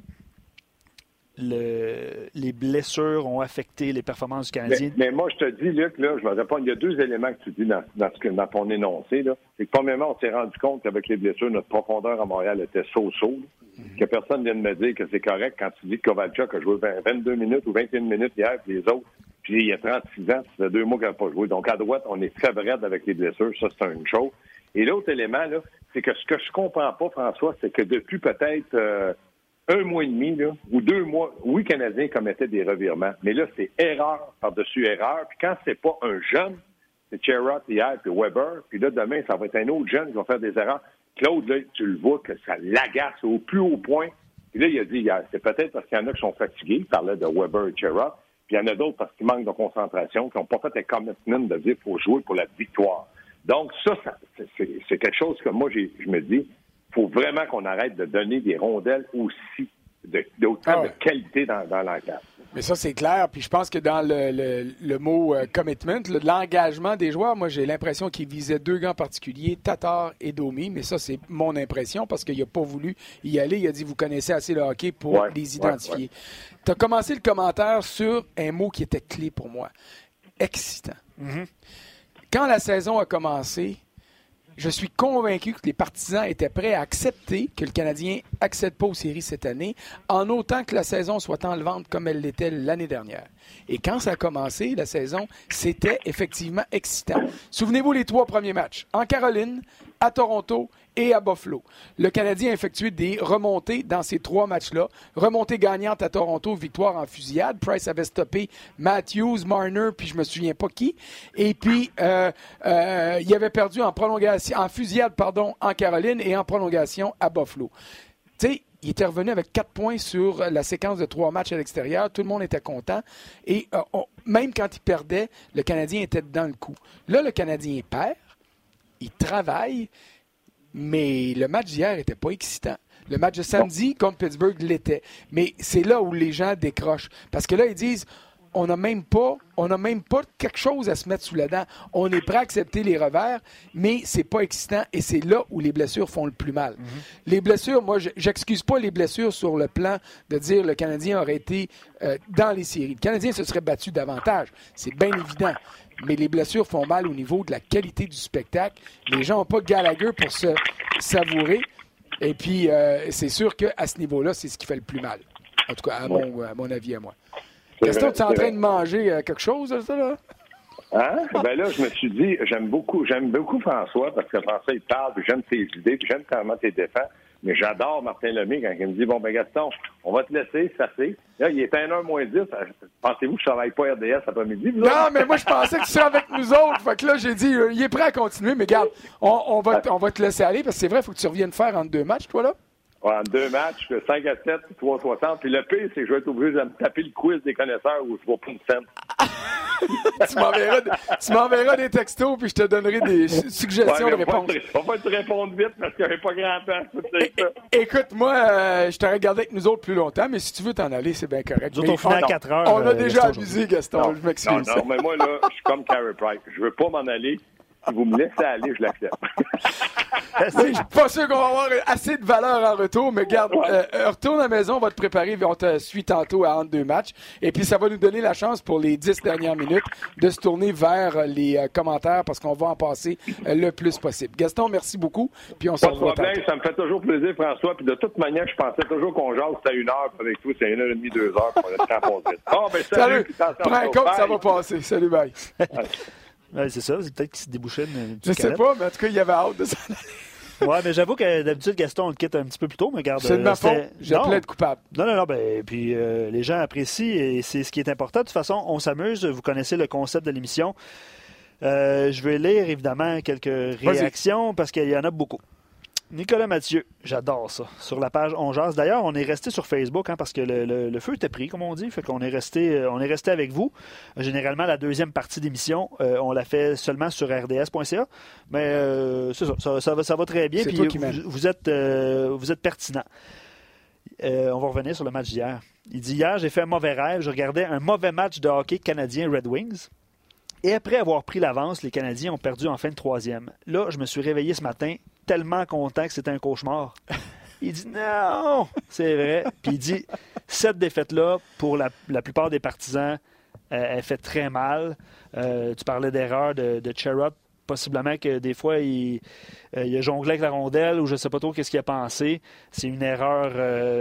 les blessures ont affecté les performances du Canadien? Mais moi, je te dis, Luc, là, je vais répondre. Il y a 2 éléments que tu dis dans ton énoncé. Là. C'est que, premièrement, on s'est rendu compte qu'avec les blessures, notre profondeur à Montréal était so-so. Que personne vient de me dire que c'est correct quand tu dis que Kovalchuk a joué 22 minutes ou 21 minutes hier, puis les autres. Puis il y a 36 ans, ça fait 2 mois qu'il n'a pas joué. Donc, à droite, on est très raide avec les blessures. Ça, c'est une chose. Et l'autre élément, là, c'est que ce que je comprends pas, François, c'est que depuis peut-être 1 mois et demi, là, ou 2 mois, oui, Canadiens commettaient des revirements. Mais là, c'est erreur par-dessus erreur. Puis quand c'est pas un jeune, c'est Sherrod hier, puis Weber. Puis là, demain, ça va être un autre jeune qui va faire des erreurs. Claude, là, tu le vois que ça l'agace au plus haut point. Puis là, il a dit hier, c'est peut-être parce qu'il y en a qui sont fatigués. Il parlait de Weber et Sherrod. Puis il y en a d'autres parce qu'ils manquent de concentration, qui n'ont pas fait un commitment de dire qu'il faut jouer pour la victoire. Donc ça c'est quelque chose que moi, je me dis, il faut vraiment qu'on arrête de donner des rondelles aussi, d'autant de qualité dans l'encadre. Mais ça, c'est clair. Puis je pense que dans le mot commitment, l'engagement des joueurs, moi, j'ai l'impression qu'ils visaient 2 gars en particulier, Tatar et Domi. Mais ça, c'est mon impression parce qu'il n'a pas voulu y aller. Il a dit, vous connaissez assez le hockey pour les identifier. Tu as commencé le commentaire sur un mot qui était clé pour moi. Excitant. Mm-hmm. Quand la saison a commencé, je suis convaincu que les partisans étaient prêts à accepter que le Canadien accède pas aux séries cette année, en autant que la saison soit enlevante comme elle l'était l'année dernière. Et quand ça a commencé, la saison, c'était effectivement excitant. Souvenez-vous les 3 premiers matchs. En Caroline, à Toronto et à Buffalo. Le Canadien a effectué des remontées dans ces 3 matchs-là. Remontée gagnante à Toronto, victoire en fusillade. Price avait stoppé Matthews, Marner, puis je me souviens pas qui. Et puis, il avait perdu en prolongation, en fusillade, en Caroline et en prolongation à Buffalo. Tu sais, il était revenu avec 4 points sur la séquence de 3 matchs à l'extérieur. Tout le monde était content. Et même quand il perdait, le Canadien était dans le coup. Là, le Canadien perd. Il travaille. Mais le match d'hier n'était pas excitant. Le match de samedi contre Pittsburgh l'était. Mais c'est là où les gens décrochent. Parce que là, ils disent, on n'a même pas quelque chose à se mettre sous la dent. On est prêt à accepter les revers, mais c'est pas excitant. Et c'est là où les blessures font le plus mal. Les blessures, moi, j'excuse pas les blessures sur le plan de dire le Canadien aurait été dans les séries. Le Canadien se serait battu davantage. C'est bien évident. Mais les blessures font mal au niveau de la qualité du spectacle. Les gens n'ont pas Gallagher pour se savourer. Et puis, c'est sûr qu'à ce niveau-là, c'est ce qui fait le plus mal. En tout cas, à mon avis, à moi. Gaston, tu es en train de manger quelque chose, ça, là? Hein? Ben là, je me suis dit, j'aime beaucoup François, parce que François, il parle, puis j'aime tes idées, puis j'aime comment tu défends. Mais j'adore Martin Lemay quand il me dit, bon, ben Gaston, on va te laisser, ça c'est. Là, il est 1h moins 10. Pensez-vous que je ne travaille pas RDS après-midi? Non, mais moi, je pensais que tu serais avec nous autres. Fait que là, j'ai dit, il est prêt à continuer, mais regarde, on va te laisser aller, parce que c'est vrai, il faut que tu reviennes faire entre 2 matchs, toi, là. Ouais, en 2 matchs, 5 à 7, 3,60. Puis le pire, c'est que je vais être obligé de me taper le quiz des connaisseurs où je vais pas une scène. Tu m'enverras des textos, puis je te donnerai des suggestions de réponses. On va te répondre vite parce qu'il n'y avait pas grand temps. Écoute, moi, je t'aurais gardé avec nous autres plus longtemps, mais si tu veux t'en aller, c'est bien correct. Nous autres, on finit à 4 heures. On a déjà abusé, Gaston, je m'excuse. Non, mais moi, là, je suis comme Carey Price. Je veux pas m'en aller. Si vous me laissez aller, je l'accepte. Je suis pas sûr qu'on va avoir assez de valeur en retour, mais garde, retourne à la maison, on va te préparer, on te suit tantôt à entre 2 matchs, et puis ça va nous donner la chance pour les 10 dernières minutes de se tourner vers les commentaires parce qu'on va en passer le plus possible. Gaston, merci beaucoup, puis on se revoit tantôt. Ça me fait toujours plaisir, François, puis de toute manière, je pensais toujours qu'on jase, c'était 1 heure, avec toi, c'est 1h30, 2 heures, pour le temps passer. Oh, ben salut! Prends un compte, ça va passer. Salut, bye. Ouais, c'est ça, c'est peut-être qu'il se débouchait une petite Je sais pas, mais en tout cas, il y avait hâte de s'en aller. Ouais, mais j'avoue que d'habitude, Gaston, on le quitte un petit peu plus tôt, mais regarde. C'est de ma faute. J'ai plaide coupable. Non, ben, puis les gens apprécient et c'est ce qui est important. De toute façon, on s'amuse. Vous connaissez le concept de l'émission. Je vais lire, évidemment, quelques réactions parce qu'il y en a beaucoup. Nicolas Mathieu, j'adore ça. Sur la page On Jase. D'ailleurs, on est resté sur Facebook parce que le feu était pris, comme on dit. Fait qu'on est resté avec vous. Généralement, la deuxième partie d'émission, on la fait seulement sur rds.ca. Mais c'est ça va très bien. C'est puis toi qui vous êtes pertinent. On va revenir sur le match d'hier. Il dit, hier, j'ai fait un mauvais rêve. Je regardais un mauvais match de hockey canadien Red Wings. Et après avoir pris l'avance, les Canadiens ont perdu en fin de 3e. Là, je me suis réveillé ce matin tellement content que c'était un cauchemar. Il dit non, c'est vrai. Puis il dit, cette défaite-là, pour la plupart des partisans, elle fait très mal. Tu parlais d'erreur de Cherrod. Possiblement que des fois, il a jonglé avec la rondelle ou je ne sais pas trop qu'est-ce qu'il a pensé. C'est une erreur,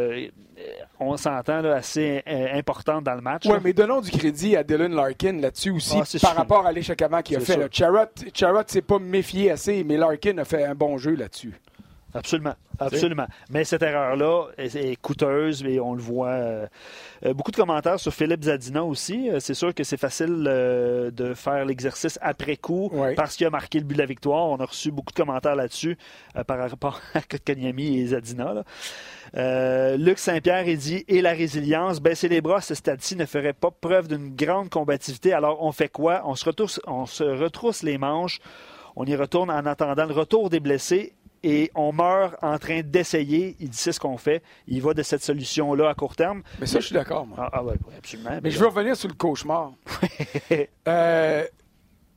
on s'entend, là, assez importante dans le match. Oui, mais donnons du crédit à Dylan Larkin là-dessus aussi par rapport à l'échec avant qu'il a fait. Cherrod s'est pas méfié assez, mais Larkin a fait un bon jeu là-dessus. Absolument. Mais cette erreur-là est coûteuse et on le voit. Beaucoup de commentaires sur Philippe Zadina aussi. C'est sûr que c'est facile de faire l'exercice après coup parce qu'il a marqué le but de la victoire. On a reçu beaucoup de commentaires là-dessus par rapport à Kotkaniemi et Zadina. Là. Luc Saint-Pierre, il dit « Et la résilience, baisser les bras à ce stade-ci ne ferait pas preuve d'une grande combativité. Alors on fait quoi? On se retrousse les manches. On y retourne en attendant le retour des blessés. Et on meurt en train d'essayer. Il dit c'est ce qu'on fait. Il va de cette solution-là à court terme. Mais ça, je suis d'accord, moi. Oui, absolument. Mais je veux revenir sur le cauchemar.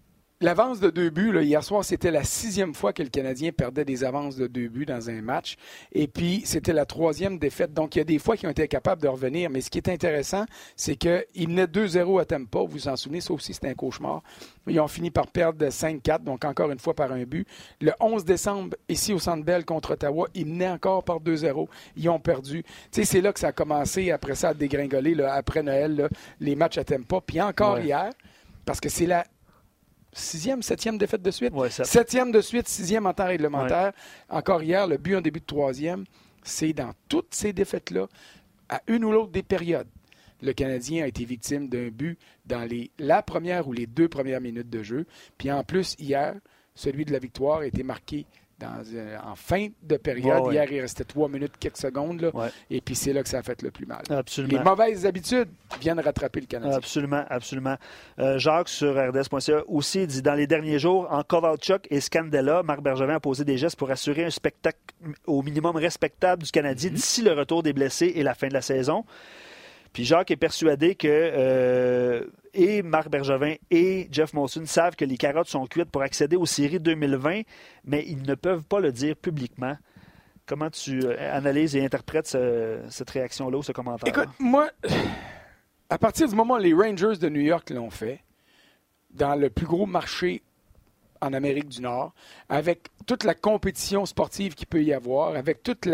l'avance de 2 buts, là, hier soir, c'était la 6e fois que le Canadien perdait des avances de 2 buts dans un match. Et puis, c'était la 3e défaite. Donc, il y a des fois qu'ils ont été capables de revenir. Mais ce qui est intéressant, c'est qu'ils menaient 2-0 à Tampa. Vous vous en souvenez, ça aussi, c'était un cauchemar. Ils ont fini par perdre 5-4, donc encore une fois par un but. Le 11 décembre, ici au Centre Bell contre Ottawa, ils menaient encore par 2-0. Ils ont perdu. Tu sais, c'est là que ça a commencé, après ça, à dégringoler, là, après Noël, là, les matchs à Tampa. Puis encore hier, parce que c'est la 6e, 7e défaite de suite. Ouais, 7e de suite, 6e en temps réglementaire. Ouais. Encore hier, le but en début de 3e, c'est dans toutes ces défaites-là, à une ou l'autre des périodes. Le Canadien a été victime d'un but dans la première ou les 2 premières minutes de jeu. Puis en plus, hier, celui de la victoire a été marqué en fin de période. Hier, il restait 3 minutes, quelques secondes. Là, et puis c'est là que ça a fait le plus mal. Absolument. Les mauvaises habitudes viennent rattraper le Canadien. Absolument, absolument. Jacques sur RDS.ca aussi dit, dans les derniers jours, en Kovalchuk et Scandella, Marc Bergevin a posé des gestes pour assurer un spectacle au minimum respectable du Canadien d'ici le retour des blessés et la fin de la saison. Puis Jacques est persuadé que et Marc Bergevin et Jeff Molson savent que les carottes sont cuites pour accéder aux séries 2020, mais ils ne peuvent pas le dire publiquement. Comment tu analyses et interprètes cette réaction-là ou ce commentaire? Écoute, moi, à partir du moment où les Rangers de New York l'ont fait, dans le plus gros marché en Amérique du Nord, avec toute la compétition sportive qu'il peut y avoir, avec toute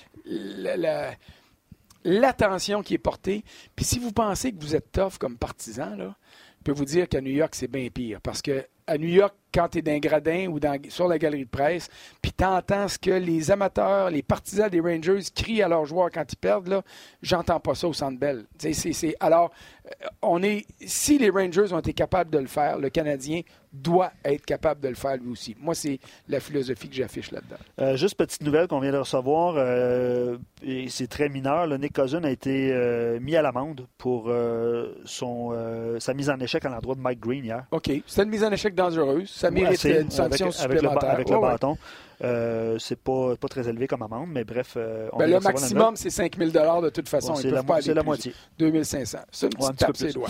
l'attention qui est portée. Puis si vous pensez que vous êtes tough comme partisan, là, je peux vous dire qu'à New York, c'est bien pire. Parce que à New York, quand tu es dans un gradin ou sur la galerie de presse, puis tu entends ce que les amateurs, les partisans des Rangers crient à leurs joueurs quand ils perdent, là, j'entends pas ça au Centre Bell. Alors, si les Rangers ont été capables de le faire, le Canadien doit être capable de le faire lui aussi. Moi, c'est la philosophie que j'affiche là-dedans. Juste petite nouvelle qu'on vient de recevoir, et c'est très mineur, là, Nick Cousin a été mis à l'amende pour sa mise en échec à l'endroit de Mike Green hier. OK. C'était une mise en échec dangereuse. Ça mérite une sanction supplémentaire. Avec le bâton. C'est pas très élevé comme amende, mais bref. Le maximum, c'est 5 000 $. De toute façon. C'est la moitié. 2 500. C'est une petite tape ses doigts.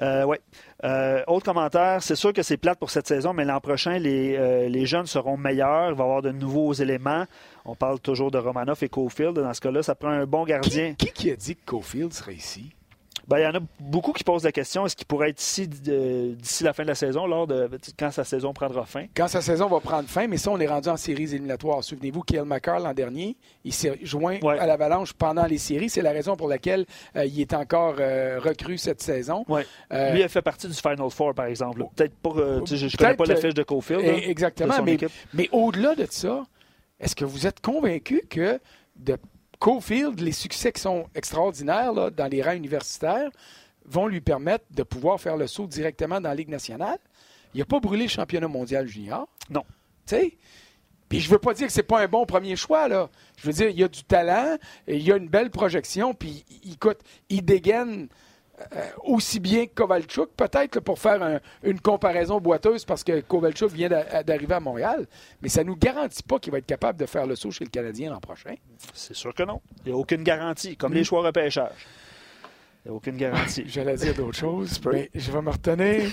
Autre commentaire, c'est sûr que c'est plate pour cette saison, mais l'an prochain, les jeunes seront meilleurs. Il va y avoir de nouveaux éléments. On parle toujours de Romanoff et Caulfield. Dans ce cas-là, ça prend un bon gardien. Qui a dit que Caulfield serait ici? Il y en a beaucoup qui posent la question, est-ce qu'il pourrait être ici d'ici la fin de la saison, quand sa saison prendra fin? Quand sa saison va prendre fin, mais ça, on est rendu en séries éliminatoires. Souvenez-vous, Cale Makar, l'an dernier, il s'est joint à l'Avalanche pendant les séries. C'est la raison pour laquelle il est encore recru cette saison. Ouais. Lui a fait partie du Final Four, par exemple. Peut-être pas, je ne connais pas la fiche de Caulfield. Exactement, mais au-delà de ça, est-ce que vous êtes convaincu que de Caulfield, les succès qui sont extraordinaires là, dans les rangs universitaires vont lui permettre de pouvoir faire le saut directement dans la Ligue nationale? Il n'a pas brûlé le championnat mondial junior. Non. Tu sais? Puis je veux pas dire que c'est pas un bon premier choix, là. Je veux dire, il y a du talent, et il y a une belle projection, puis écoute, il dégaine aussi bien que Kovalchuk, peut-être, pour faire une comparaison boiteuse, parce que Kovalchuk vient d'arriver à Montréal, mais ça ne nous garantit pas qu'il va être capable de faire le saut chez le Canadien l'an prochain. C'est sûr que non. Il n'y a aucune garantie, comme les choix repêchage. Il n'y a aucune garantie. J'allais dire d'autres choses, mais je vais me retenir.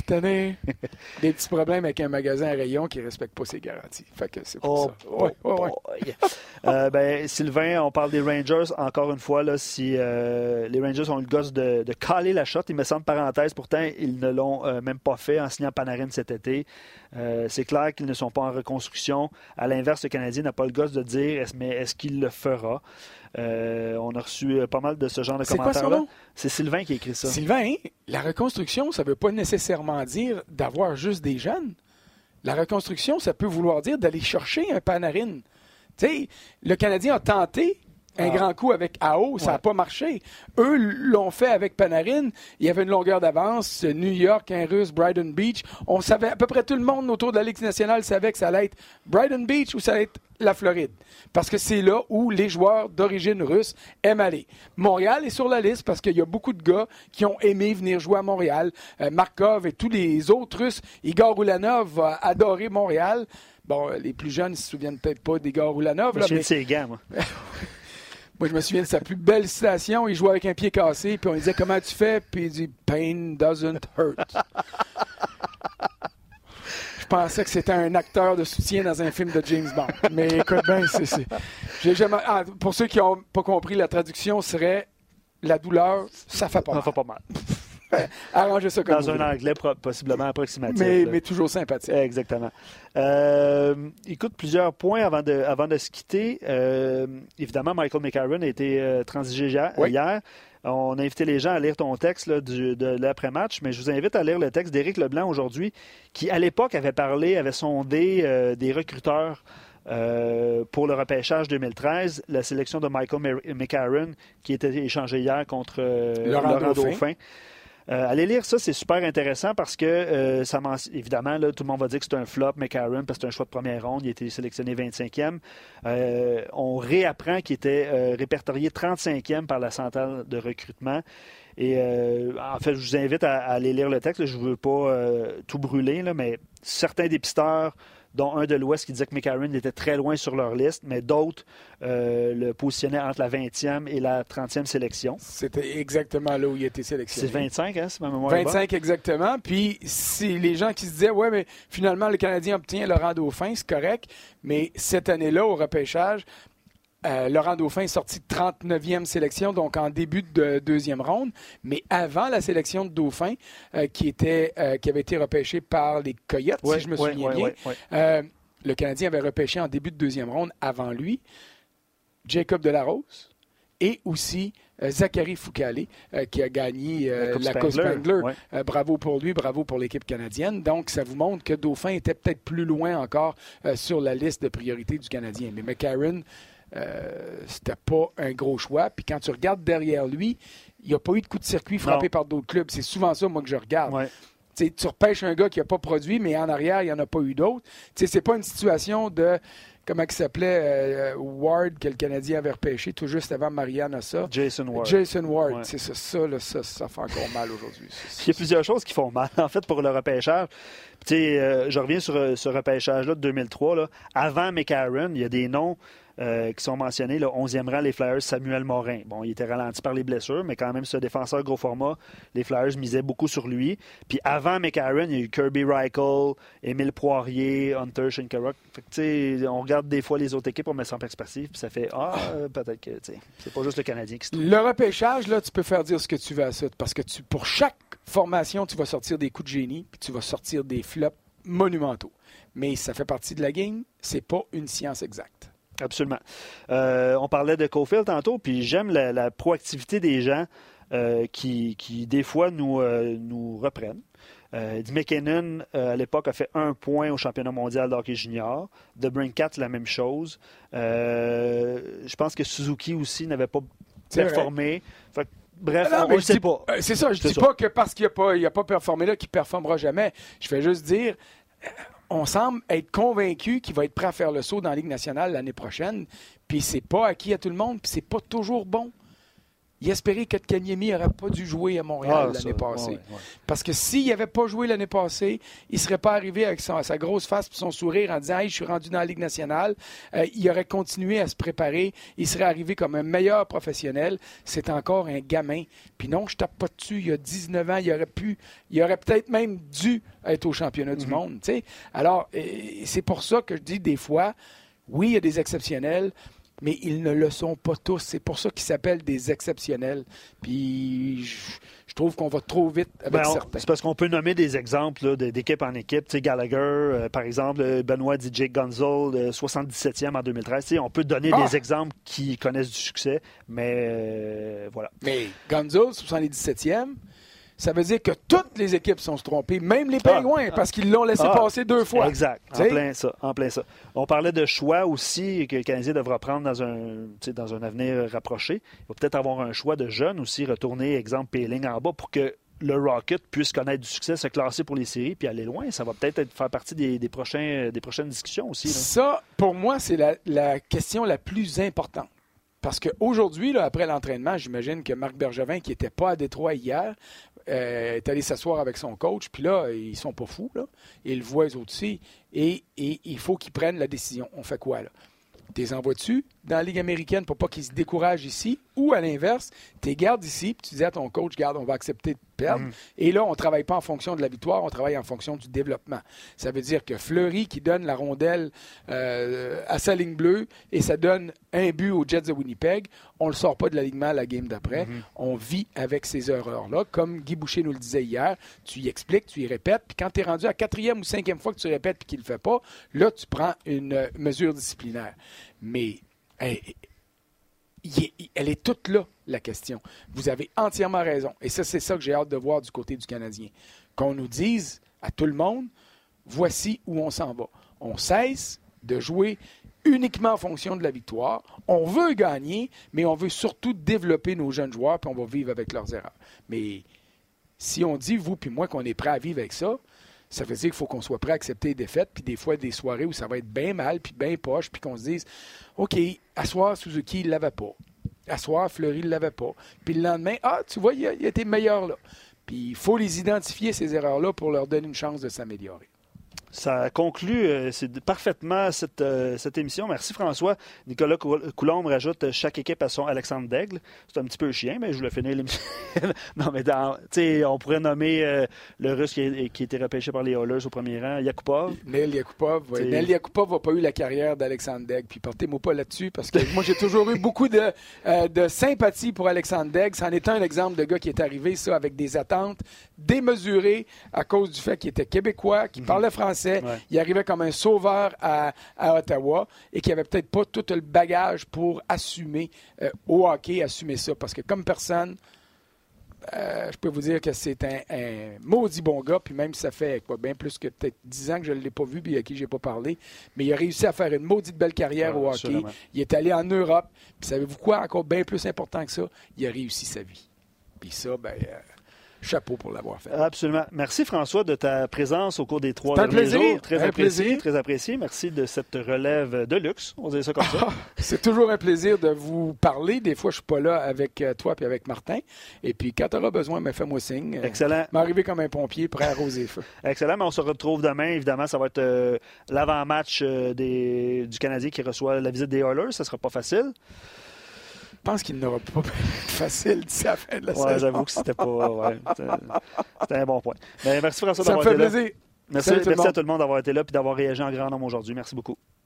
Des petits problèmes avec un magasin à rayon qui ne respecte pas ses garanties. Fait que c'est pour ça. Sylvain, on parle des Rangers. Encore une fois, là, si les Rangers ont eu le gosse de caler la shot, il me semble parenthèse. Pourtant, ils ne l'ont même pas fait en signant Panarin cet été. C'est clair qu'ils ne sont pas en reconstruction. À l'inverse, le Canadien n'a pas le gosse de dire est-ce qu'il le fera. On a reçu pas mal de ce genre de commentaires-là. C'est Sylvain qui a écrit ça. Sylvain, la reconstruction, ça ne veut pas nécessairement dire d'avoir juste des jeunes. La reconstruction, ça peut vouloir dire d'aller chercher un Panarin. Tu sais, le Canadien a tenté un grand coup avec AO, ça n'a pas marché. Eux l'ont fait avec Panarin. Il y avait une longueur d'avance. New York, un Russe, Brighton Beach. On savait, à peu près tout le monde autour de la Ligue nationale savait que ça allait être Brighton Beach ou ça allait être la Floride. Parce que c'est là où les joueurs d'origine russe aiment aller. Montréal est sur la liste parce qu'il y a beaucoup de gars qui ont aimé venir jouer à Montréal. Markov et tous les autres Russes. Igor Ulanov a adoré Montréal. Bon, les plus jeunes ne se souviennent peut-être pas d'Igor Ulanov. Je me souviens de ses gants, moi. Moi, je me souviens de sa plus belle citation. Il jouait avec un pied cassé, puis on lui disait « Comment tu fais? » Puis il dit « Pain doesn't hurt. » pensais que c'était un acteur de soutien dans un film de James Bond. Mais écoute bien, j'ai jamais... pour ceux qui n'ont pas compris, la traduction serait « La douleur, ça fait pas mal ». Ça fait pas mal. Arrangez ça comme dans un anglais possiblement approximatif. Mais toujours sympathique. Exactement. Écoute, plusieurs points avant de se quitter. Évidemment, Michael McCarron a été transigé hier. On a invité les gens à lire ton texte là, de l'après-match, mais je vous invite à lire le texte d'Éric Leblanc aujourd'hui, qui, à l'époque, avait sondé des recruteurs pour le repêchage 2013, la sélection de Michael McCarron, qui était échangé hier contre Laurent Dauphin. Allez lire ça, c'est super intéressant parce que, évidemment, là, tout le monde va dire que c'est un flop, McCarron, parce que c'est un choix de première ronde. Il a été sélectionné 25e. On réapprend qu'il était répertorié 35e par la centrale de recrutement. Et en fait, je vous invite à aller lire le texte. Là, je ne veux pas tout brûler, là, mais certains dépisteurs, dont un de l'Ouest qui disait que McCarron était très loin sur leur liste, mais d'autres le positionnaient entre la 20e et la 30e sélection. C'était exactement là où il a été sélectionné. C'est 25, hein, si ma mémoire est bonne. 25 exactement. Puis, c'est les gens qui se disaient, ouais, mais finalement, le Canadien obtient Laurent Dauphin, c'est correct. Mais cette année-là, au repêchage, Laurent Dauphin est sorti de 39e sélection, donc en début de deuxième ronde. Mais avant la sélection de Dauphin, qui avait été repêché par les Coyotes, si je me souviens bien, le Canadien avait repêché en début de deuxième ronde avant lui Jacob Delarose et aussi Zachary Fucale, qui a gagné la Coupe Spengler. Bravo pour lui, bravo pour l'équipe canadienne. Donc, ça vous montre que Dauphin était peut-être plus loin encore sur la liste de priorités du Canadien. Mais McCarron, c'était pas un gros choix. Puis quand tu regardes derrière lui, il n'y a pas eu de coup de circuit frappé par d'autres clubs. C'est souvent ça, moi, que je regarde. Ouais. Tu repêches un gars qui n'a pas produit, mais en arrière, il n'y en a pas eu d'autres. C'est pas une situation de... Comment il s'appelait? Ward, que le Canadien avait repêché tout juste avant Marianne Hossa. Jason Ward. Ouais. C'est ça fait encore mal aujourd'hui. Il y a plusieurs choses qui font mal, en fait, pour le repêchage. Je reviens sur ce repêchage-là de 2003. Là. Avant McCarron, il y a des noms qui sont mentionnés. Là, 11e rang, les Flyers, Samuel Morin. Bon, il était ralenti par les blessures, mais quand même, ce défenseur gros format, les Flyers misaient beaucoup sur lui. Puis avant McCarron, il y a eu Kirby Reichel, Émile Poirier, Hunter Shinkaruk. Fait que, on regarde des fois les autres équipes, on met ça en perspective, puis ça fait peut-être que c'est pas juste le Canadien qui se trouve. Le repêchage, là, tu peux faire dire ce que tu veux à ça, parce que pour chaque formation, tu vas sortir des coups de génie, puis tu vas sortir des flops monumentaux. Mais ça fait partie de la game, c'est pas une science exacte. Absolument. On parlait de Caulfield tantôt, puis j'aime la proactivité des gens qui des fois, nous reprennent. McKinnon, à l'époque, a fait 1 point au championnat mondial de hockey junior. DeBrincat, la même chose. Je pense que Suzuki aussi n'avait pas performé. Bref, on ne sait pas. C'est ça, je ne dis pas que parce qu'il n'a pas performé là, qu'il ne performera jamais. Je fais juste dire... On semble être convaincu qu'il va être prêt à faire le saut dans la Ligue nationale l'année prochaine. Puis c'est pas acquis à tout le monde, puis c'est pas toujours bon. Il espérait que Kotkaniemi n'aurait pas dû jouer à Montréal l'année passée. Ouais. Parce que s'il n'avait pas joué l'année passée, il ne serait pas arrivé avec sa grosse face et son sourire en disant « Hey, je suis rendu dans la Ligue nationale ». Il aurait continué à se préparer. Il serait arrivé comme un meilleur professionnel. C'est encore un gamin. Puis non, je tape pas dessus. Il a 19 ans. Il aurait peut-être même dû être au championnat du monde. T'sais. Alors, c'est pour ça que je dis des fois, oui, il y a des exceptionnels, mais ils ne le sont pas tous. C'est pour ça qu'ils s'appellent des exceptionnels. Puis je trouve qu'on va trop vite avec certains. C'est parce qu'on peut nommer des exemples là, d'équipe en équipe. T'sais, Gallagher, par exemple, Benoît DJ Gonzol, 77e en 2013. T'sais, on peut donner des exemples qui connaissent du succès, mais voilà. Mais Gonzol, 77e, ça veut dire que toutes les équipes sont trompées, même les Pingouins, parce qu'ils l'ont laissé passer 2 fois. Exact, en plein ça. On parlait de choix aussi que le Canadien devra prendre dans un avenir rapproché. Il va peut-être avoir un choix de jeunes aussi, retourner, exemple, Péling en bas pour que le Rocket puisse connaître du succès, se classer pour les séries puis aller loin. Ça va peut-être faire partie des prochaines discussions aussi. Là. Ça, pour moi, c'est la question la plus importante. Parce qu'aujourd'hui, après l'entraînement, j'imagine que Marc Bergevin, qui n'était pas à Détroit hier, est allé s'asseoir avec son coach. Puis là, ils sont pas fous. Là. Ils le voient eux autres aussi. Et il faut qu'ils prennent la décision. On fait quoi, là? T'es envoies-tu dans la Ligue américaine pour pas qu'ils se découragent ici? Ou à l'inverse, tu les gardes ici, puis tu dis à ton coach, garde, on va accepter de perdre. Et là, on ne travaille pas en fonction de la victoire, on travaille en fonction du développement. Ça veut dire que Fleury qui donne la rondelle à sa ligne bleue et ça donne un but aux Jets de Winnipeg, on ne le sort pas de l'alignement à la game d'après. On vit avec ces erreurs-là. Comme Guy Boucher nous le disait hier, tu y expliques, tu y répètes, puis quand tu es rendu à 4e ou 5e fois que tu répètes et qu'il ne le fait pas, là, tu prends une mesure disciplinaire. Mais elle est toute là, la question. Vous avez entièrement raison. Et ça, c'est ça que j'ai hâte de voir du côté du Canadien. Qu'on nous dise à tout le monde, voici où on s'en va. On cesse de jouer uniquement en fonction de la victoire. On veut gagner, mais on veut surtout développer nos jeunes joueurs, puis on va vivre avec leurs erreurs. Mais si on dit, vous puis moi, qu'on est prêt à vivre avec ça, ça veut dire qu'il faut qu'on soit prêt à accepter les défaites, puis des fois, des soirées où ça va être bien mal, puis bien poche, puis qu'on se dise, OK, à soir, Suzuki, il ne l'avait pas. À soir, Fleury, il ne l'avait pas. Puis le lendemain, tu vois, il a été meilleur là. Puis il faut les identifier, ces erreurs-là, pour leur donner une chance de s'améliorer. Ça conclut parfaitement cette émission. Merci François. Nicolas Coulombe rajoute chaque équipe à son Alexandre Daigle. C'est un petit peu chiant, mais je voulais finir l'émission. Non, mais on pourrait nommer le Russe qui a été repêché par les Oilers au premier rang, Yakupov. Neil Yakupov. Oui. Neil Yakupov n'a pas eu la carrière d'Alexandre Daigle. Puis portez-moi pas là-dessus, parce que moi, j'ai toujours eu beaucoup de sympathie pour Alexandre Daigle. C'en est un exemple de gars qui est arrivé, ça, avec des attentes démesurées à cause du fait qu'il était québécois, qu'il parlait français. Ouais. Il arrivait comme un sauveur à Ottawa et qui n'avait peut-être pas tout le bagage pour assumer au hockey, assumer ça. Parce que comme personne, je peux vous dire que c'est un maudit bon gars. Puis même si ça fait bien plus que peut-être 10 ans que je ne l'ai pas vu et à qui je n'ai pas parlé, mais il a réussi à faire une maudite belle carrière au hockey. Sûrement. Il est allé en Europe. Puis savez-vous quoi? Encore bien plus important que ça, il a réussi sa vie. Puis ça, chapeau pour l'avoir fait. Absolument. Merci François de ta présence au cours des 3 derniers jours. Très apprécié, très apprécié. Merci de cette relève de luxe. On dirait ça comme ça. C'est toujours un plaisir de vous parler. Des fois, je suis pas là avec toi et avec Martin. Et puis, quand tu auras besoin, fais-moi signe. Excellent. M'arriver comme un pompier prêt à arroser le feu. Excellent. Mais on se retrouve demain. Évidemment, ça va être l'avant-match du Canadien qui reçoit la visite des Oilers. Ça sera pas facile. Je pense qu'il n'aura pas facile d'ici la fin de la saison. J'avoue que c'était pas... c'était un bon point. Mais merci François d'avoir été là. Ça me fait plaisir. Merci à tout le monde d'avoir été là et d'avoir réagi en grand nombre aujourd'hui. Merci beaucoup.